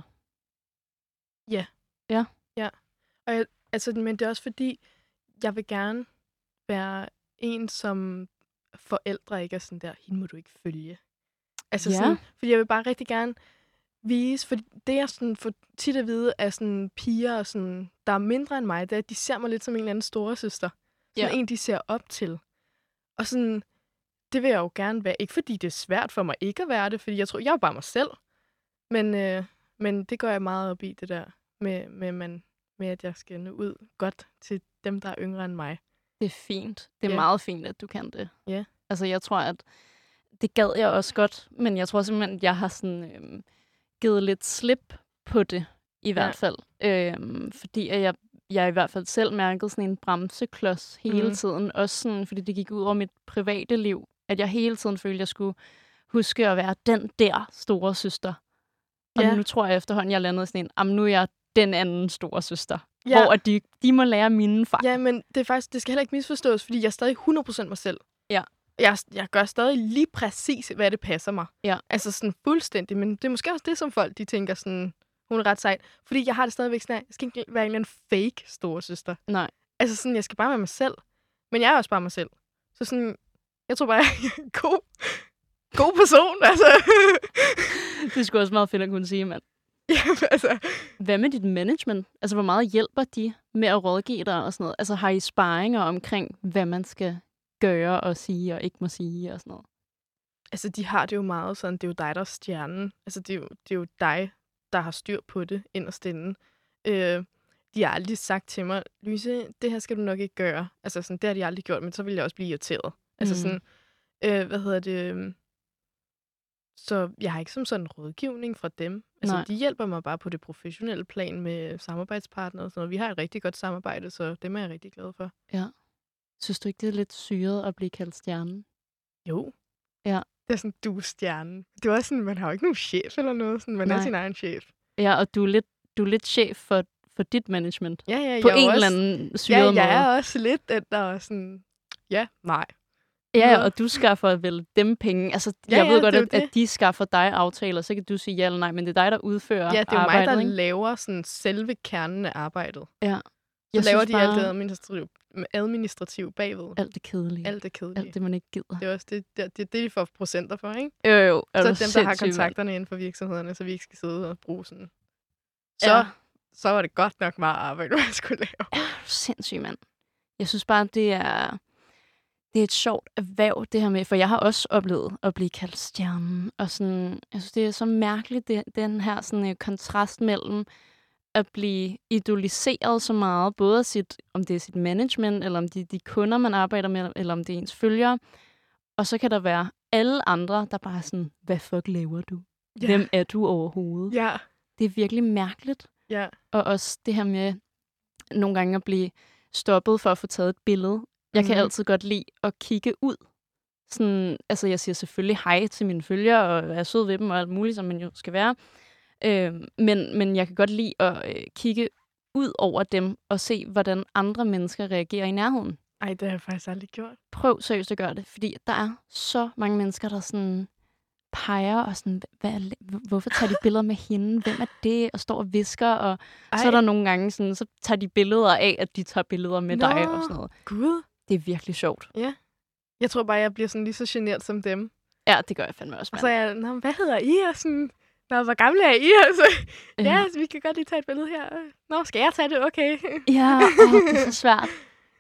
Ja. Ja? Ja. Og jeg, altså, men det er også fordi, jeg vil gerne være en, som forældre ikke er sådan der, hende må du ikke følge. Altså ja. sådan, fordi jeg vil bare rigtig gerne vise, for det jeg sådan for tit at vide af sådan piger, og sådan, der er mindre end mig, det er, at de ser mig lidt som en eller anden storesøster. Sådan ja. En, de ser op til. Og sådan, det vil jeg jo gerne være. Ikke fordi det er svært for mig ikke at være det, fordi jeg tror, jeg er bare mig selv. Men, øh, men det går jeg meget op i, det der med, med, man, med at jeg skal nå ud godt til dem, der er yngre end mig. Det er fint. Det er ja. meget fint, at du kan det. Ja. Altså, jeg tror, at det gad jeg også godt, men jeg tror simpelthen, at jeg har sådan, øhm, givet lidt slip på det, i hvert ja. fald. Øhm, fordi at jeg, jeg i hvert fald selv mærkede sådan en bremseklods hele mm. tiden. Også sådan, fordi det gik ud over mit private liv. At jeg hele tiden følte, at jeg skulle huske at være den der store søster. Og ja. Nu tror jeg efterhånden, jeg landede sådan en, nu er jeg den anden store søster. Ja. Hvor de, de må lære mine fejl. Ja, men det er faktisk, det skal heller ikke misforstås, fordi jeg er stadig hundrede procent mig selv. Ja. Jeg, jeg gør stadig lige præcis, hvad det passer mig. Ja. Altså sådan fuldstændig, men det er måske også det, som folk, de tænker sådan, hun er ret sejt. Fordi jeg har det stadigvæk sådan, jeg skal ikke være en eller anden fake storesøster. Nej. Altså sådan, jeg skal bare være mig selv. Men jeg er også bare mig selv. Så sådan, jeg tror bare, jeg er en god, god person, altså. Det er sgu også meget fedt at kunne sige, mand. Ja, altså. Hvad med dit management? Altså, hvor meget hjælper de med at rådgive dig og sådan noget? Altså, har I sparringer omkring, hvad man skal gøre og sige og ikke må sige og sådan noget? Altså, de har det jo meget sådan, det er jo dig, der er stjernen. Altså, det er jo, det er jo dig, der har styr på det inderst inde. Øh, de har aldrig sagt til mig, Louise, det her skal du nok ikke gøre. Altså, sådan, det har de aldrig gjort, men så vil jeg også blive irriteret. Altså, mm. sådan, øh, hvad hedder det... Så jeg har ikke som sådan en rådgivning fra dem. Altså, Nej. De hjælper mig bare på det professionelle plan med samarbejdspartnere og sådan noget. Vi har et rigtig godt samarbejde, så dem er jeg rigtig glad for. Ja. Synes du ikke, det er lidt syret at blive kaldt stjernen? Jo. Ja. Det er sådan, du er stjernen. Det er også sådan, man har jo ikke nogen chef eller noget. Sådan, man Nej. er sin egen chef. Ja, og du er lidt, du er lidt chef for, for dit management. Ja, ja. På jeg en også, eller anden syret ja, måde. Ja, jeg er også lidt den, der er sådan, ja, nej. Ja, og du skaffer vel dem penge. Altså, ja, jeg ved ja, godt, at, det. at de skaffer dig aftaler, så kan du sige ja eller nej, men det er dig, der udfører arbejdet. Ja, det er jo arbejdet, mig, der ikke? laver sådan selve kernen af arbejdet. Ja. Så jeg laver de bare... alt det administrativ, administrativ bagved. Alt det kedelige. Alt det kedelige. Alt det, man ikke gider. Det er også det, det, det, det de får procenter for, ikke? Jo, jo. Så dem, der har kontakterne inden for virksomhederne, så vi ikke skal sidde og bruge sådan. Så, ja. så var det godt nok meget arbejde, man skulle lave. Ja, sindssygt, mand. Jeg synes bare, det er... Det er et sjovt erhverv, det her med, for jeg har også oplevet at blive kaldt stjernen, og sådan, jeg synes, det er så mærkeligt, det, den her sådan, uh, kontrast mellem at blive idoliseret så meget, både af sit, om det er sit management, eller om det er de kunder, man arbejder med, eller om det er ens følgere, og så kan der være alle andre, der bare er sådan, hvad fuck laver du? Ja. Hvem er du overhovedet? Ja. Det er virkelig mærkeligt. Ja. Og også det her med nogle gange at blive stoppet for at få taget et billede. Jeg kan mm. altid godt lide at kigge ud. Sådan, altså, jeg siger selvfølgelig hej til mine følgere, og er sød ved dem, og alt muligt, som man jo skal være. Øh, men, men jeg kan godt lide at øh, kigge ud over dem, og se, hvordan andre mennesker reagerer i nærheden. Ej, det har jeg faktisk aldrig gjort. Prøv seriøst at gøre det, fordi der er så mange mennesker, der sådan peger, og sådan, hvad, hvorfor tager de billeder med hende? Hvem er det? Og står og visker, og Ej. Så er der nogle gange sådan, så tager de billeder af, at de tager billeder med Nå, dig, og sådan noget. Gud. Det er virkelig sjovt. Ja. Jeg tror bare, jeg bliver sådan lige så genert som dem. Ja, det gør jeg fandme også. Og så er jeg, Nå, hvad hedder I? Og sådan, Nå, hvor gamle er I? Altså, ja, ja altså, vi kan godt lige tage et billede her. Nå, skal jeg tage det? Okay. Ja, åh, det er så svært.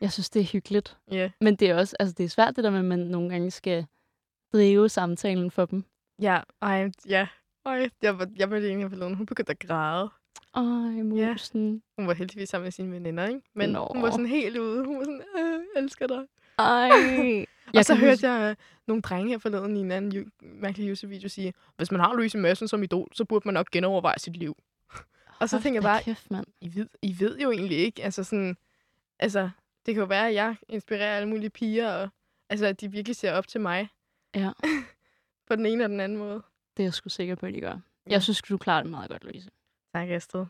Jeg synes, det er hyggeligt. Ja. Men det er også, altså det er svært det der med, at man nogle gange skal drive samtalen for dem. Ja, ej, ja. Ej, jeg, var, jeg mødte en her forleden. Hun begyndte at græde. Ej, musen. Ja. Hun var heldigvis sammen med sine veninder, ikke? Men Nå. hun var sådan helt ude. Hun var sådan, øh, elsker dig. Ej. Og så hørte jeg uh, nogle drenge her forleden i en anden ju- mærkelig YouTube-video sige, hvis man har Louise Madsen som idol, så burde man nok genoverveje sit liv. Og så tænker jeg bare, kæft, mand. I, ved, I ved jo egentlig ikke, altså sådan, altså, det kan jo være, at jeg inspirerer alle mulige piger, og altså, at de virkelig ser op til mig. Ja. På den ene og den anden måde. Det er jeg sgu sikker på, at de gør. Jeg synes, du klarer det meget godt, Louise. Tak, Astrid.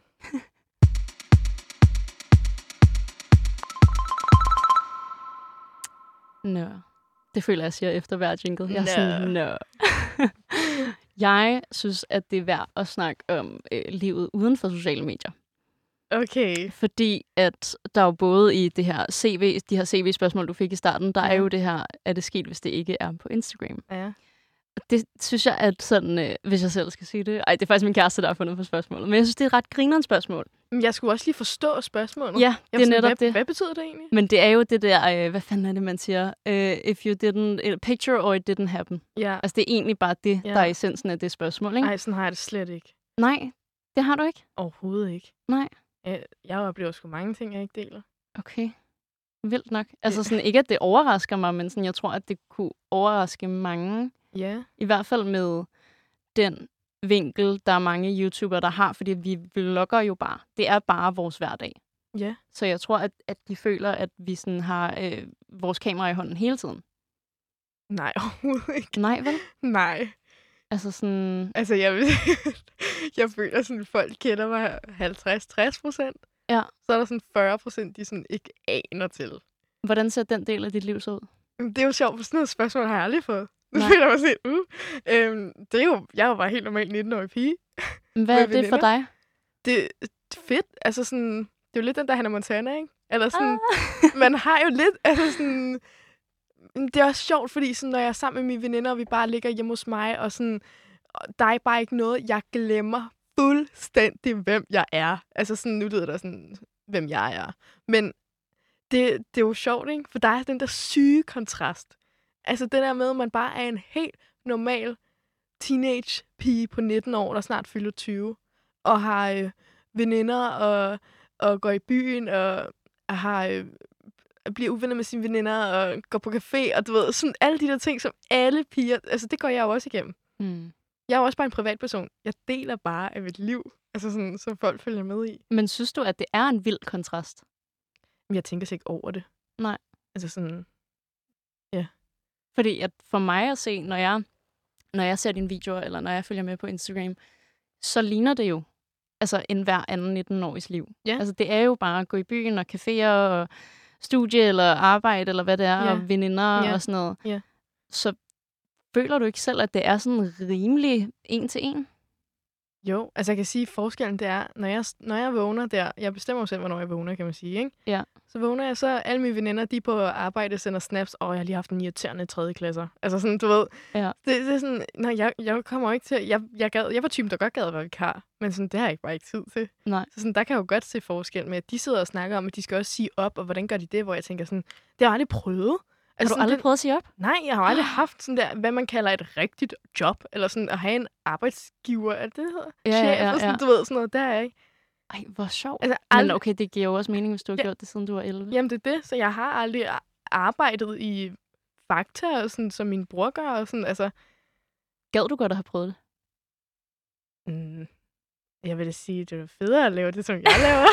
Nå. Det føler jeg, jeg siger efter hver jingle. Jeg er sådan, nå. Jeg synes, at det er værd at snakke om øh, livet uden for sociale medier. Okay. Fordi at der er jo både i det her C V, de her C V-spørgsmål, du fik i starten, der ja. er jo det her, er det sket, hvis det ikke er på Instagram? Ja. Det synes jeg, at sådan, øh, hvis jeg selv skal sige det... Ej, det er faktisk min kæreste, der har fundet på spørgsmålet. Men jeg synes, det er et ret grinerende spørgsmål. Men jeg skulle også lige forstå spørgsmålet. Ja, det er netop hvad, det. Hvad betyder det egentlig? Men det er jo det der... Øh, hvad fanden er det, man siger? Uh, if you didn't... Picture or it didn't happen. Ja. Altså, det er egentlig bare det, ja. der er essensen af det spørgsmål, ikke? Nej, sådan har jeg det slet ikke. Nej, det har du ikke? Overhovedet ikke. Nej. Jeg, jeg oplever sgu mange ting, jeg ikke deler. Okay. Vildt nok. Altså sådan, ikke at det overrasker mig, men sådan, jeg tror, at det kunne overraske mange. Ja. I hvert fald med den vinkel, der er mange YouTubere, der har, fordi vi vlogger jo bare. Det er bare vores hverdag. Ja. Så jeg tror, at, at de føler, at vi sådan har øh, vores kamera i hånden hele tiden. Nej, overhovedet ikke. Nej, vel? Nej. Altså sådan... Altså, jeg, jeg føler sådan, at folk kender mig halvtreds til tres procent. Ja. Så er der sådan fyrre procent, de sådan ikke aner til. Hvordan ser den del af dit liv så ud? Det er jo sjovt, for sådan noget spørgsmål har jeg aldrig fået. Nu føler jeg mig sådan, uh. øhm, det er jo, jeg er jo bare helt normal nitten-årig pige. Hvad er det for dig? Det er fedt. Altså sådan, det er jo lidt den der Hannah Montana, ikke? Eller sådan, ah. Man har jo lidt, altså sådan... Det er også sjovt, fordi sådan, når jeg er sammen med mine veninder, og vi bare ligger hjemme hos mig, og sådan, der er bare ikke noget, jeg glemmer fuldstændig, hvem jeg er. Altså sådan, nu lyder der sådan, hvem jeg er. Men det, det er jo sjovt, ikke? For der er den der syge kontrast. Altså det der med, at man bare er en helt normal teenage-pige på nitten år, der snart fylder tyve, og har øh, veninder, og, og går i byen, og har... Øh, bliver uvenner med sine veninder og går på café, og du ved, sådan alle de der ting, som alle piger... Altså, det går jeg jo også igennem. Mm. Jeg er jo også bare en privatperson. Jeg deler bare af mit liv, altså sådan, som folk følger med i. Men synes du, at det er en vild kontrast? Jeg tænker sig ikke over det. Nej. Altså sådan... Ja. Fordi at for mig at se, når jeg, når jeg ser dine videoer, eller når jeg følger med på Instagram, så ligner det jo altså en hver anden nitten-årigs liv. Ja. Altså, det er jo bare at gå i byen og caféer og studie eller arbejde, eller hvad det er, ja. Og veninder ja. Og sådan noget. Ja. Så føler du ikke selv, at det er sådan rimelig en til en? Jo, altså jeg kan sige, at forskellen det er, når jeg, når jeg vågner der, jeg bestemmer jo selv, hvornår jeg vågner, kan man sige, ikke? Ja. Så vågner jeg, så alle mine veninder, de på arbejde sender snaps, og jeg har lige haft en irriterende tredje klasser. Altså sådan, du ved, ja. det, det er sådan, nej, jeg, jeg kommer ikke til, jeg, jeg, gad, jeg var typen, der godt gad at være vikar, men sådan, det har jeg ikke bare ikke tid til. Nej. Så sådan, der kan jeg jo godt se forskel med, at de sidder og snakker om, at de skal også sige op, og hvordan gør de det, hvor jeg tænker sådan, det har jeg aldrig prøvet. Altså, har du aldrig prøvet at sige op? Nej, jeg har aldrig haft sådan der, hvad man kalder et rigtigt job, eller sådan at have en arbejdsgiver, er det det hedder? Ja, Chef, ja, ja, sådan, ja. du ved, sådan noget, der er jeg ikke. Ej, hvor sjovt. Altså, aldrig... Men okay, det giver jo også mening, hvis du har ja. gjort det, siden du var elleve. Jamen, det er det, så jeg har aldrig arbejdet i Fakta, og sådan, som min bror gør, og sådan, altså... Gad du godt at have prøvet det? Mm. Jeg vil da sige, at det er federe at lave det, som jeg laver.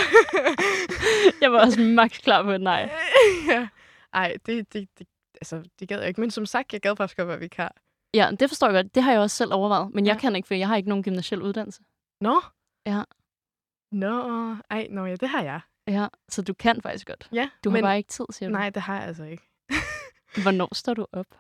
Jeg var også max klar på et nej. Ja. Ej, det, det, det altså, det gad jeg ikke. Men som sagt, jeg gad faktisk godt være vikar. Ja, det forstår jeg godt. Det har jeg også selv overvejet. Men ja. Jeg kan ikke, for jeg har ikke nogen gymnasiel uddannelse. Nå? Ja. Nå, ej, nå ja, det har jeg. Ja, så du kan faktisk godt. Ja. Du men... har bare ikke tid, siger du. Nej, det har jeg altså ikke. Hvornår står du op?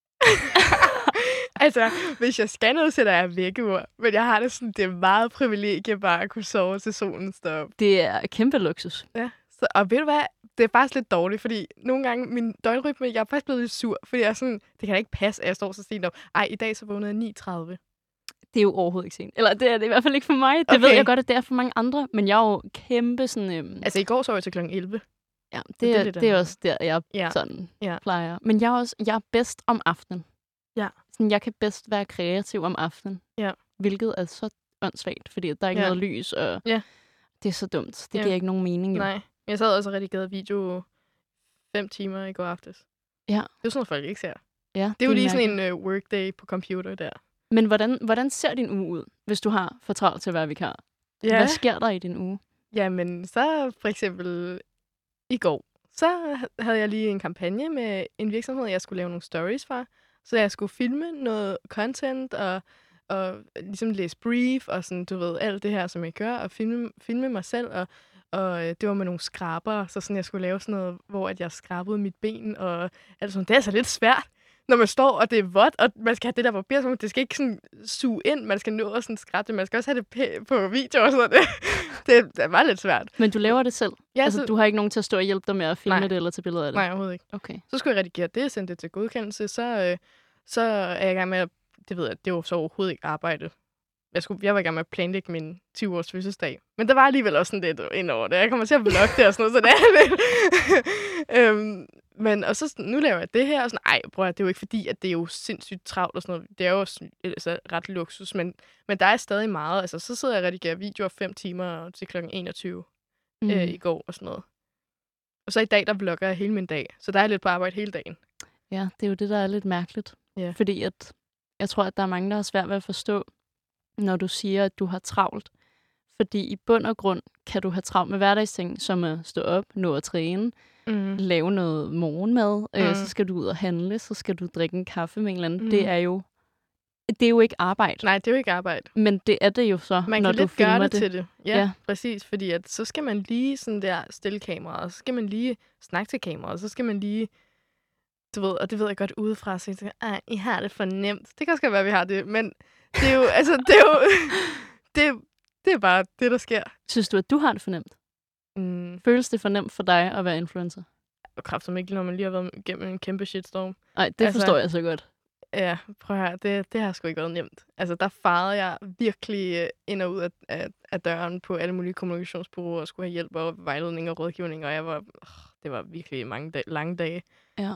Altså, hvis jeg skal noget, sætter jeg vækkeur. Men jeg har det sådan, det er meget privilegie bare at kunne sove til solen står op. Det er kæmpe luksus. Ja, så, og ved du hvad? Det er faktisk lidt dårligt, fordi nogle gange min døgnrytme, jeg er faktisk blevet lidt sur, fordi jeg er sådan, det kan da ikke passe, at jeg står så sent op. Ej, i dag så vågnede jeg ni tredive. Det er jo overhovedet ikke sent. Eller det er det i hvert fald ikke for mig. Det okay. ved jeg godt, at det er for mange andre, men jeg er jo kæmpe sådan... Øhm... Altså, i går sov jeg til klokken elleve. Ja, det, det er, er det, lidt det er andet. også der, jeg Ja. sådan Ja. plejer. Men jeg er også jeg er bedst om aftenen. Ja. Sådan, jeg kan bedst være kreativ om aftenen. Ja. Hvilket er så åndssvagt, fordi der er ikke Ja. noget lys, og Ja. det er så dumt. Det Ja. giver ikke nogen mening, jo. Nej. Jeg sad også og redigerede video fem timer i går aftes. Ja. Det er jo sådan noget, folk ikke ser. Ja, Det er jo lige sådan mærkeligt. en uh, workday på computer der. Men hvordan, hvordan ser din uge ud, hvis du har for travlt til at være vikar? Ja. Hvad sker der i din uge? Jamen, så for eksempel i går, så havde jeg lige en kampagne med en virksomhed, jeg skulle lave nogle stories fra. Så jeg skulle filme noget content og, og ligesom læse brief og sådan, du ved, alt det her, som jeg gør, og filme, filme mig selv. Og, og øh, det var med nogle skraber, så sådan, jeg skulle lave sådan noget, hvor at jeg skrabede mit ben og alt sådan. Det er altså lidt svært, når man står, og det er vådt, og man skal have det der papir, så det skal ikke sådan suge ind, man skal nå at sådan skrabe det, man skal også have det p- på video og sådan. Det, det er meget lidt svært. Men du laver det selv? Ja, altså, så... du har ikke nogen til at stå og hjælpe dig med at filme Nej. det eller tage billeder af det? Nej, overhovedet ikke. Okay. Så skulle jeg redigere det, sende det til godkendelse, så, øh, så er jeg i gang med at, det ved jeg, det var så overhovedet ikke arbejde. Jeg, skulle, jeg var i gang med at planlægge min tyve-års fødselsdag. Men der var alligevel også sådan lidt ind over det. Jeg kommer til at vlogge det og sådan noget, så det er lidt. øhm, men og så nu laver jeg det her, og sådan, ej, prøv at, det er jo ikke fordi, at det er jo sindssygt travlt og sådan noget. Det er jo også, altså, ret luksus, men, men der er stadig meget. Altså, så sidder jeg og redigerer videoer fem timer til klokken enogtyve mm. øh, i går og sådan noget. Og så i dag, der vlogger jeg hele min dag. Så der er lidt på arbejde hele dagen. Ja, det er jo det, der er lidt mærkeligt. Ja. Fordi at, jeg tror, at der er mange, der har svært ved at forstå, når du siger, at du har travlt. Fordi i bund og grund kan du have travlt med hverdagsting, som at stå op, nå at træne, mm. lave noget morgenmad, mm. øh, så skal du ud og handle, så skal du drikke en kaffe med en eller anden. Mm. Det er jo det er jo ikke arbejde. Nej, det er jo ikke arbejde. Men det er det jo så, man når kan du lidt filmer gøre det, det til det. Ja, ja, præcis. Fordi at, så skal man lige sådan der stille kameraet, og så skal man lige snakke til kameraet, og så skal man lige, du ved, og det ved jeg godt udefra, så jeg tænker, ej, I har det for nemt. Det kan også godt være, vi har det, men det er jo, altså, det er jo, det, det er bare det, der sker. Synes du, at du har det for nemt? Mm. Føles det for nemt for dig at være influencer? Og kraft som ikke, når man lige har været igennem en kæmpe shitstorm. Nej, det altså, forstår jeg så godt. Ja, prøv at høre, det, det har sgu ikke været nemt. Altså, der farede jeg virkelig ind og ud af, af, af døren på alle mulige kommunikationsbureauer og skulle have hjælp og vejledning og rådgivning, og jeg var, øh, det var virkelig mange dag, lange dage. Ja.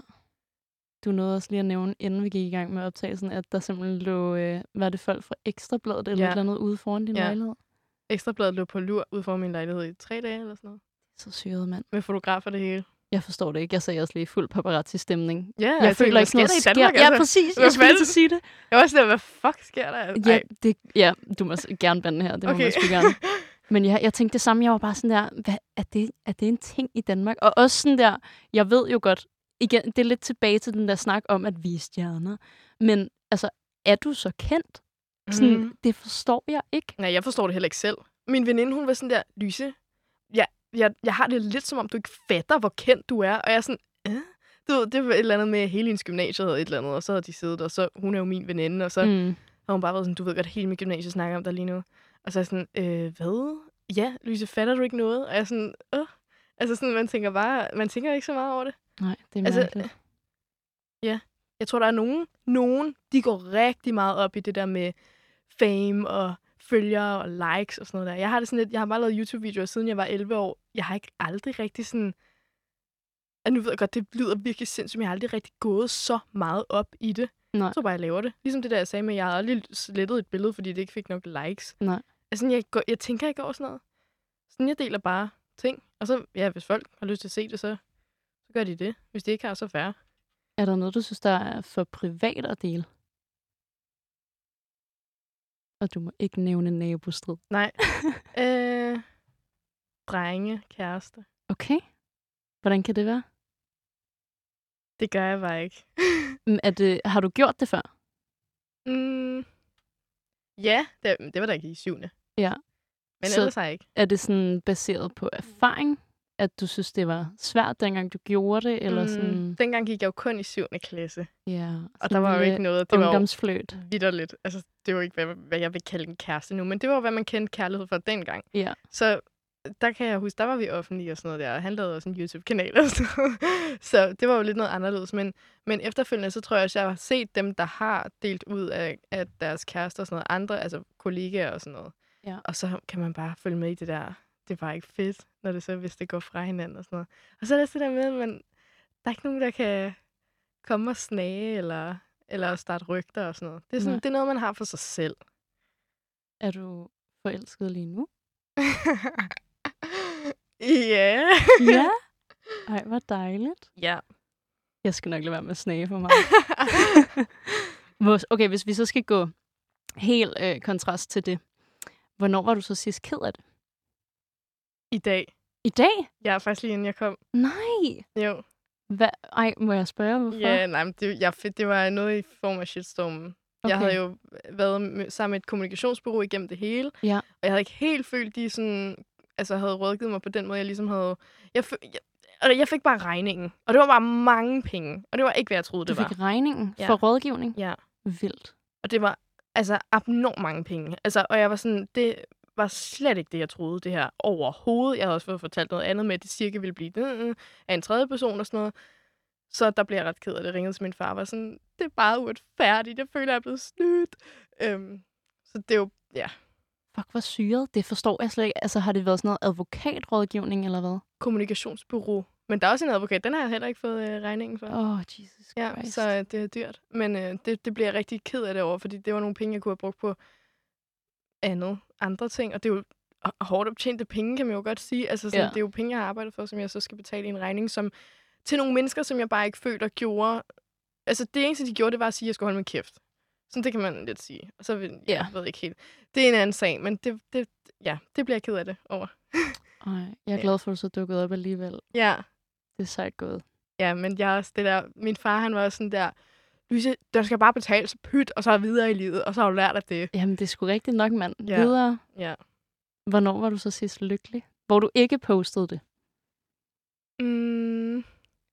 Du nåede også lige at nævne, inden vi gik i gang med optagelsen, at der simpelthen lå, øh, var det folk fra Ekstrabladet eller ja. et eller andet ude foran din ja. lejlighed? Ekstrabladet lå på lur ude foran min lejlighed i tre dage eller sådan noget. Så syret, mand. Med fotografer det hele. Jeg forstår det ikke. Jeg sagde også lige fuld paparazzi-stemning. Ja, jeg føler ikke noget sker. sker. Danmark, ja, altså. præcis. Jeg skulle til at sige det. Jeg var også der, hvad fuck sker der? Ja, det, ja, du må gerne bande her. Det okay. må man sgu gerne. Men jeg, jeg tænkte det samme. Jeg var bare sådan der, hvad, er, det, er det en ting i Danmark? Og også sådan der, jeg ved jo godt, igen, det er lidt tilbage til den der snak om, at vi er stjerner. Men altså, er du så kendt? Sådan, mm. Det forstår jeg ikke. Nej, jeg forstår det heller ikke selv. Min veninde, hun var sådan der, Lyse, ja, jeg, jeg har det lidt som om, du ikke fatter, hvor kendt du er. Og jeg er sådan, øh? Du ved, det var et eller andet med, hele hendes gymnasie havde et eller andet, og så havde de siddet, og så, hun er jo min veninde, og så mm. har hun bare været sådan, du ved godt, hele mit gymnasie snakker om dig lige nu. Og så er jeg sådan, øh, hvad? Ja, Lyse, fatter du ikke noget? Og jeg er sådan, øh? Altså sådan, man tænker bare, man tænker ikke så meget over det. Nej, det er altså, mærkeligt. Ja, jeg tror, der er nogen, nogen, de går rigtig meget op i det der med fame og følgere og likes og sådan noget der. Jeg har det sådan lidt, jeg har bare lavet YouTube-videoer, siden jeg var elleve år. Jeg har ikke aldrig rigtig sådan, og nu ved jeg godt, det lyder virkelig sindssygt, men jeg har aldrig rigtig gået så meget op i det. Nej. Jeg tror bare, jeg laver det. Ligesom det der, jeg sagde med, jeg har aldrig slettet et billede, fordi det ikke fik nok likes. Nej. Altså, jeg, går, jeg tænker ikke over sådan noget. Sådan, jeg deler bare ting. Og så, ja, hvis folk har lyst til at se det, så, så gør de det. Hvis de ikke har, så fair. Er der noget, du synes, der er for privat at dele? Og du må ikke nævne nabostrid. Nej. øh, drenge, kæreste. Okay. Hvordan kan det være? Det gør jeg bare ikke. er det, har du gjort det før? Mm, ja, det, det var da ikke i syvende. Ja. Men så ellers har jeg ikke. Er det sådan baseret på erfaring, at du synes, det var svært, dengang du gjorde det? Eller sådan... mm, dengang gik jeg jo kun i syvende klasse. Ja. Og der var jo ikke noget. Det ungdomsfløjt. var vitterligt. Altså, det var ikke, hvad, hvad jeg vil kalde en kæreste nu, men det var, hvad man kendte kærlighed for dengang. Ja. Så der kan jeg huske, der var vi offentlige og sådan noget der. Han lavede også en YouTube-kanal og sådan noget. Så det var jo lidt noget anderledes. Men, men efterfølgende, så tror jeg også, jeg har set dem, der har delt ud af, af deres kærester og sådan noget. Andre, altså kollegaer og sådan noget. Ja. Og så kan man bare følge med i det der, det er bare ikke fedt, når det så, hvis det går fra hinanden og sådan noget. Og så er det det der med, at man, der er ikke nogen, der kan komme og snage, eller, eller starte rygter og sådan noget. Det er, sådan, det er noget, man har for sig selv. Er du forelsket lige nu? Ja. Ja? Ej, hvor dejligt. Ja. Jeg skal nok lade være med at snage for mig. Okay, hvis vi så skal gå helt øh, kontrast til det. Hvornår var du så sidst ked af det? I dag. I dag? Ja, faktisk lige inden jeg kom. Nej. Jo. Hva? Ej, må jeg spørge, hvorfor? Ja, nej, men det, jeg, det var noget i form af shitstormen. Okay. Jeg havde jo været med, sammen med et kommunikationsbureau igennem det hele. Ja. Og jeg havde ikke helt følt, de sådan, altså, havde rådgivet mig på den måde, jeg ligesom havde... Jeg, jeg, jeg fik bare regningen. Og det var bare mange penge. Og det var ikke, hvad jeg troede, det var. var. Du fik regningen ja. for rådgivning? Ja. Vildt. Og det var altså abnormt mange penge. Altså, og jeg var sådan, det var slet ikke det, jeg troede, det her overhovedet. Jeg havde også fået fortalt noget andet med, at det cirka ville blive øh, af en tredje person og sådan noget. Så der blev jeg ret ked af det. Ringede til min far og var sådan, det er bare uretfærdigt. Jeg føler, jeg er blevet snydt. Øhm, så det er jo, ja. Fuck, hvor syret. Det forstår jeg slet ikke. Altså, har det været sådan noget advokatrådgivning, eller hvad? Kommunikationsbureau. Men der er også en advokat. Den har jeg heller ikke fået øh, regningen for. Åh, oh, Jesus Christ. Ja, så øh, det er dyrt. Men øh, det, det bliver jeg rigtig ked af det over, fordi det var nogle penge, jeg kunne have brugt på andet, andre ting. Og det er jo hårdt optjente penge, kan man jo godt sige. Altså, sådan, ja. Det er jo penge, jeg har arbejdet for, som jeg så skal betale i en regning, som til nogle mennesker, som jeg bare ikke føler gjorde... Altså, det eneste, de gjorde, det var at sige, at jeg skulle holde min kæft. Sådan, det kan man lidt sige. Og så vil, ja. Jeg ved ikke helt. Det er en anden sag, men det, det, ja, det bliver jeg ked af det over. Ej, jeg er glad for, at du så dukkede op alligevel. Ja. Det er sejt gået. Ja, men jeg også det der... Min far, han var også sådan der... Louise, der skal bare betale så pyt, og så er videre i livet, og så har du lært af det. Jamen, det er sgu rigtigt nok, mand. Ja. Videre. Ja. Hvornår var du så sidst lykkelig? Hvor du ikke postede det? Mm.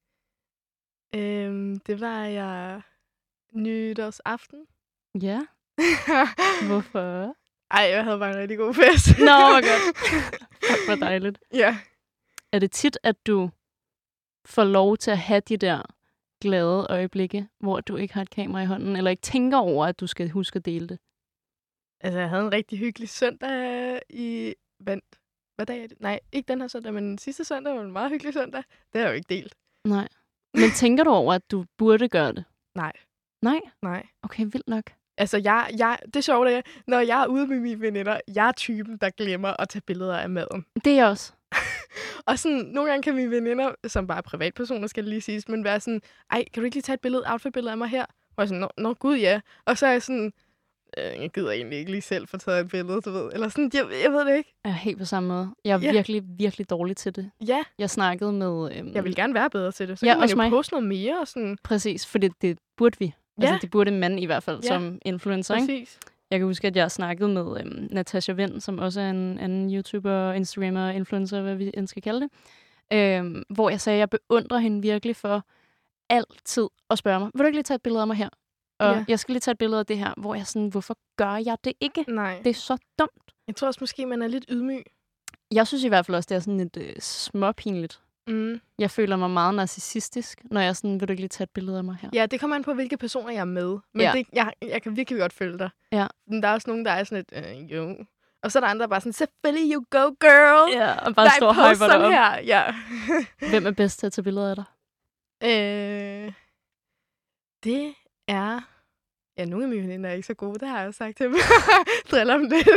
Øhm, det var jeg nytårsaften. Ja. Hvorfor? Ej, jeg havde bare en rigtig god fest. Nå, hvor godt. Fuck, hvor dejligt. Ja. Er det tit, at du får lov til at have de der glade øjeblikke, hvor du ikke har et kamera i hånden, eller ikke tænker over, at du skal huske at dele det? Altså, jeg havde en rigtig hyggelig søndag i... Hvad, hvad dag er det? Nej, ikke den her søndag, men den sidste søndag var en meget hyggelig søndag. Det har jeg jo ikke delt. Nej. Men tænker du over, at du burde gøre det? Nej. Nej? Nej. Okay, vildt nok. Altså, jeg, jeg, det er sjovt, at når jeg er ude med mine veninder, jeg er typen, der glemmer at tage billeder af maden. Det er jeg også. Og sådan, nogle gange kan mine veninder, som bare er privatpersoner, skal det lige siges, men være sådan, ej, kan du ikke lige tage et billede, outfit-billede af mig her? Og jeg er sådan, nå, nå gud ja. Og så er jeg sådan, øh, jeg gider egentlig ikke lige selv få taget et billede, du ved. Eller sådan, jeg, jeg ved det ikke. Jeg er helt på samme måde. Jeg er yeah. virkelig, virkelig dårlig til det. Ja. Jeg snakkede med... Øhm... Jeg vil gerne være bedre til det. Så ja, kan man jo mig. poste noget mere. Og sådan. Præcis, for det, det burde vi. Ja. Altså, det burde en mand i hvert fald, ja. Som influencer, Præcis. Ikke? Jeg kan huske, at jeg snakkede med øhm, Natasha Vind, som også er en anden YouTuber, Instagrammer, influencer, hvad vi end skal kalde det. Øhm, hvor jeg sagde, at jeg beundrer hende virkelig for altid at spørge mig, vil du ikke lige tage et billede af mig her? Og ja. Jeg skal lige tage et billede af det her, hvor jeg sådan, hvorfor gør jeg det ikke? Nej. Det er så dumt. Jeg tror også måske, man er lidt ydmyg. Jeg synes i hvert fald også, det er sådan lidt øh, småpinligt. Mm. Jeg føler mig meget narcissistisk, når jeg sådan, vil du ikke lige tage et billede af mig her? Ja, det kommer an på, hvilke personer jeg er med. Men ja. det, jeg, jeg kan virkelig godt følge dig. Ja. Men der er også nogen, der er sådan lidt, øh, jo. Og så er der andre, der bare sådan, selvfølgelig, you go, girl. Ja, og bare står og hyper dig op. Her. Ja. Hvem er bedst til at tage billeder af dig? Øh, det er... Ja, nogle af mine veninder er ikke så gode, det har jeg jo sagt til dem. Driller dem lidt.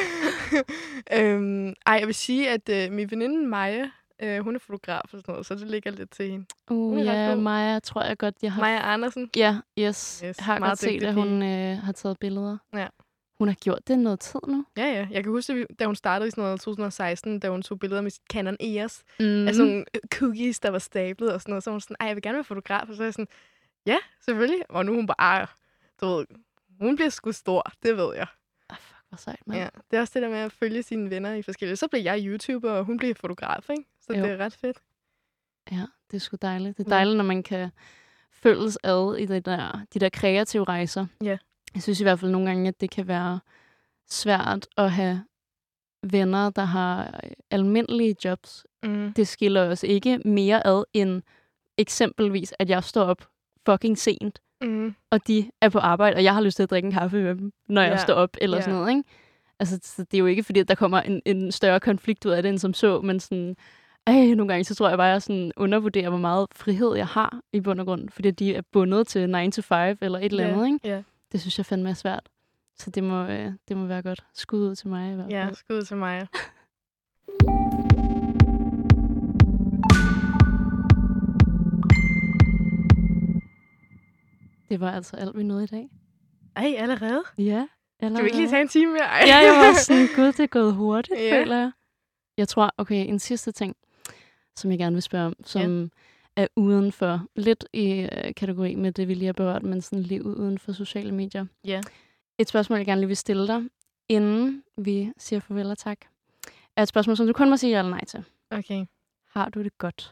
øhm, ej, jeg vil sige, at øh, min veninde Maja, øh, hun er fotograf og sådan noget, så det ligger lidt til hende. Uh, ja, Maja tror jeg godt, jeg har... Maja Andersen? Ja, yes. yes har godt set, at hun øh, har taget billeder. Ja. Hun har gjort det noget tid nu. Ja, ja. Jeg kan huske, da hun startede i sådan noget to tusind og seksten, da hun tog billeder med sit Canon E O S. Mm. Altså nogle cookies, der var stablet og sådan noget. Så hun sådan, ej, jeg vil gerne være fotograf. Og så er jeg sådan, ja, selvfølgelig. Og nu er hun bare, du ved, hun bliver sgu stor, det ved jeg. Ah, fuck, hvor sejt, man. Ja, det er også det der med at følge sine venner i forskellige. Så bliver jeg YouTuber, og hun bliver fotograf, ikke? Så jo. Det er ret fedt. Ja, det er sgu dejligt. Det er dejligt, når man kan følges ad i det der, de der kreative rejser. Ja. Jeg synes i hvert fald nogle gange, at det kan være svært at have venner, der har almindelige jobs. Mm. Det skiller os ikke mere ad end eksempelvis, at jeg står op fucking sent, mm. og de er på arbejde, og jeg har lyst til at drikke en kaffe med dem, når jeg yeah. står op, eller yeah. sådan noget, ikke? Altså, så det er jo ikke, fordi at der kommer en, en større konflikt ud af det, end som så, men sådan, ej, nogle gange, så tror jeg bare, at jeg sådan undervurderer, hvor meget frihed jeg har i bund og grund, fordi de er bundet til nine to five eller et eller andet, yeah, ikke? Yeah. Det synes jeg fandme er svært. Så det må, øh, det må være godt. Skud ud til mig i hvert fald. Ja, skud ud til mig. Det var altså alt, vi nåede i dag. Ej, allerede? Ja, allerede. Du vil ikke lige tage en time mere? Ej. Ja, jeg var sådan, gud, det er gået hurtigt, ja. føler jeg. Jeg tror, okay, en sidste ting, som jeg gerne vil spørge om, som ja. er uden for, lidt i uh, kategori med det, vi lige har berørt, men sådan livet uden for sociale medier. Ja. Et spørgsmål, jeg gerne lige vil stille dig, inden vi siger farvel og tak, er et spørgsmål, som du kun må sige ja eller nej til. Okay. Har du det godt?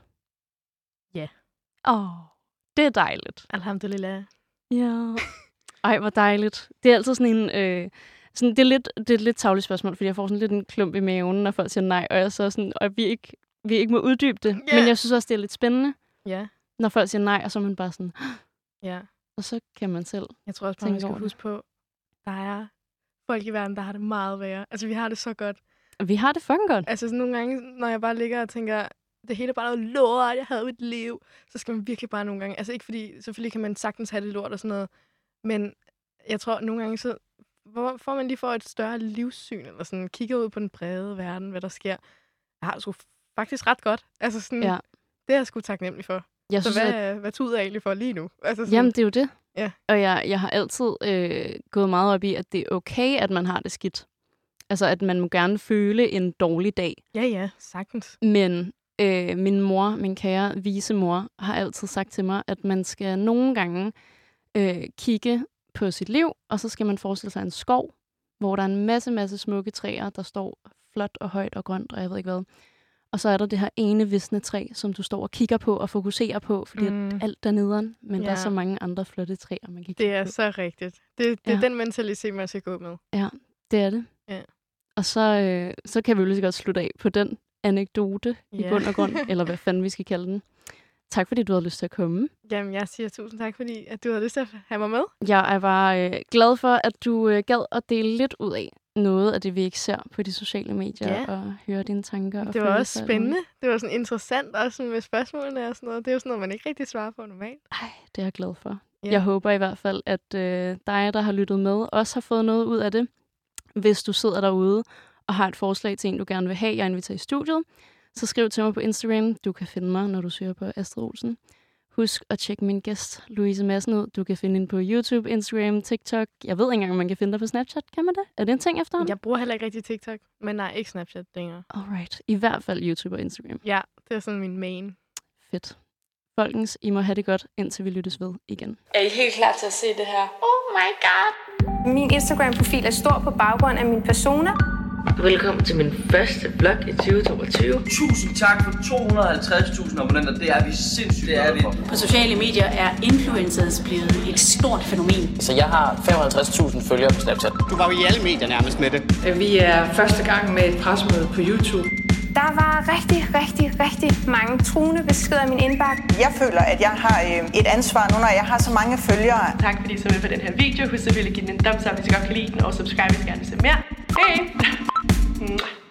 Ja. Åh, oh, det er dejligt. Alhamdulillah. Ja. Ej, hvor dejligt. Det er altid sådan en... Øh, sådan, det, er lidt, det er et lidt tavligt spørgsmål, fordi jeg får sådan lidt en klump i maven, når folk siger nej, og jeg så sådan, og vi ikke, vi ikke må uddybe det. Yeah. Men jeg synes også, det er lidt spændende, yeah. når folk siger nej, og så er man bare sådan... Ja. Yeah. Og så kan man selv Jeg tror også bare, man skal huske på, der er folk i verden, der har det meget værre. Altså, vi har det så godt. Vi har det fucking godt. Altså, sådan nogle gange, når jeg bare ligger og tænker, det hele er bare noget lort, jeg havde mit liv, så skal man virkelig bare nogle gange... Altså, ikke fordi... Selvfølgelig kan man sagtens have det lort og sådan noget, men jeg tror, nogle gange så hvor får man lige får et større livssyn, eller sådan kigger ud på den brede verden, hvad der sker. Jeg har det sgu faktisk ret godt. Altså sådan, ja. Det er jeg sgu taknemmelig for. Jeg så synes, hvad, at... hvad tuder jeg egentlig for lige nu? Altså sådan... Jamen, det er jo det. Ja. Og jeg, jeg har altid øh, gået meget op i, at det er okay, at man har det skidt. Altså, at man må gerne føle en dårlig dag. Ja, ja, sagtens. Men øh, min mor, min kære vise mor, har altid sagt til mig, at man skal nogle gange øh, kigge på sit liv, og så skal man forestille sig en skov, hvor der er en masse, masse smukke træer, der står flot og højt og grønt, og jeg ved ikke hvad. Og så er der det her ene visne træ, som du står og kigger på og fokuserer på, fordi mm. at alt er nederen, men ja. Der er så mange andre flotte træer, man kan kigge på. Det er på. Så rigtigt. Det, det ja. er den mentalitet, man skal gå med. Ja, det er det. Ja. Og så, øh, så kan vi jo lige så godt slutte af på den anekdote ja. i bund og grund, eller hvad fanden vi skal kalde den. Tak, fordi du havde lyst til at komme. Jamen, jeg siger tusind tak, fordi at du havde lyst til at have mig med. Jeg er bare øh, glad for, at du øh, gad at dele lidt ud af noget af det, vi ikke ser på de sociale medier, ja. Og høre dine tanker. Og det var også spændende. Det var sådan interessant, også med spørgsmålene og sådan noget. Det er jo sådan noget, man ikke rigtig svarer på normalt. Ej, det er jeg glad for. Ja. Jeg håber i hvert fald, at øh, dig, der har lyttet med, også har fået noget ud af det. Hvis du sidder derude og har et forslag til en, du gerne vil have, jeg inviterer i studiet, så skriv til mig på Instagram. Du kan finde mig, når du søger på Astrid Olsen. Husk at tjekke min gæst, Louise Madsen, ud. Du kan finde hende på YouTube, Instagram, TikTok. Jeg ved ikke engang, om man kan finde dig på Snapchat. Kan man det? Er det en ting efterhånden? Jeg bruger heller ikke rigtig TikTok, men nej, ikke Snapchat længere. Alright. I hvert fald YouTube og Instagram. Ja, det er sådan min main. Fedt. Folkens, I må have det godt, indtil vi lyttes ved igen. Er I helt klar til at se det her? Oh my god! Min Instagram-profil er stor på baggrund af min persona. Velkommen til min første vlog i tyve toogtyve. Tusind tak for to hundrede og halvtreds tusind abonnenter. Det er vi sindssygt det er vi. På sociale medier er influencers blevet et stort fænomen. Så jeg har femoghalvtreds tusind følgere på Snapchat. Du var jo i alle medier nærmest med det. Vi er første gang med et pressemøde på YouTube. Der var rigtig, rigtig, rigtig mange truende beskeder i min indbakke. Jeg føler, at jeg har et ansvar nu, når jeg har så mange følgere. Tak fordi I så med på den her video. Husk selvfølgelig at give den en thumbs up, hvis I godt kan lide den, og subscribe, hvis I gerne vil se mere. Hej!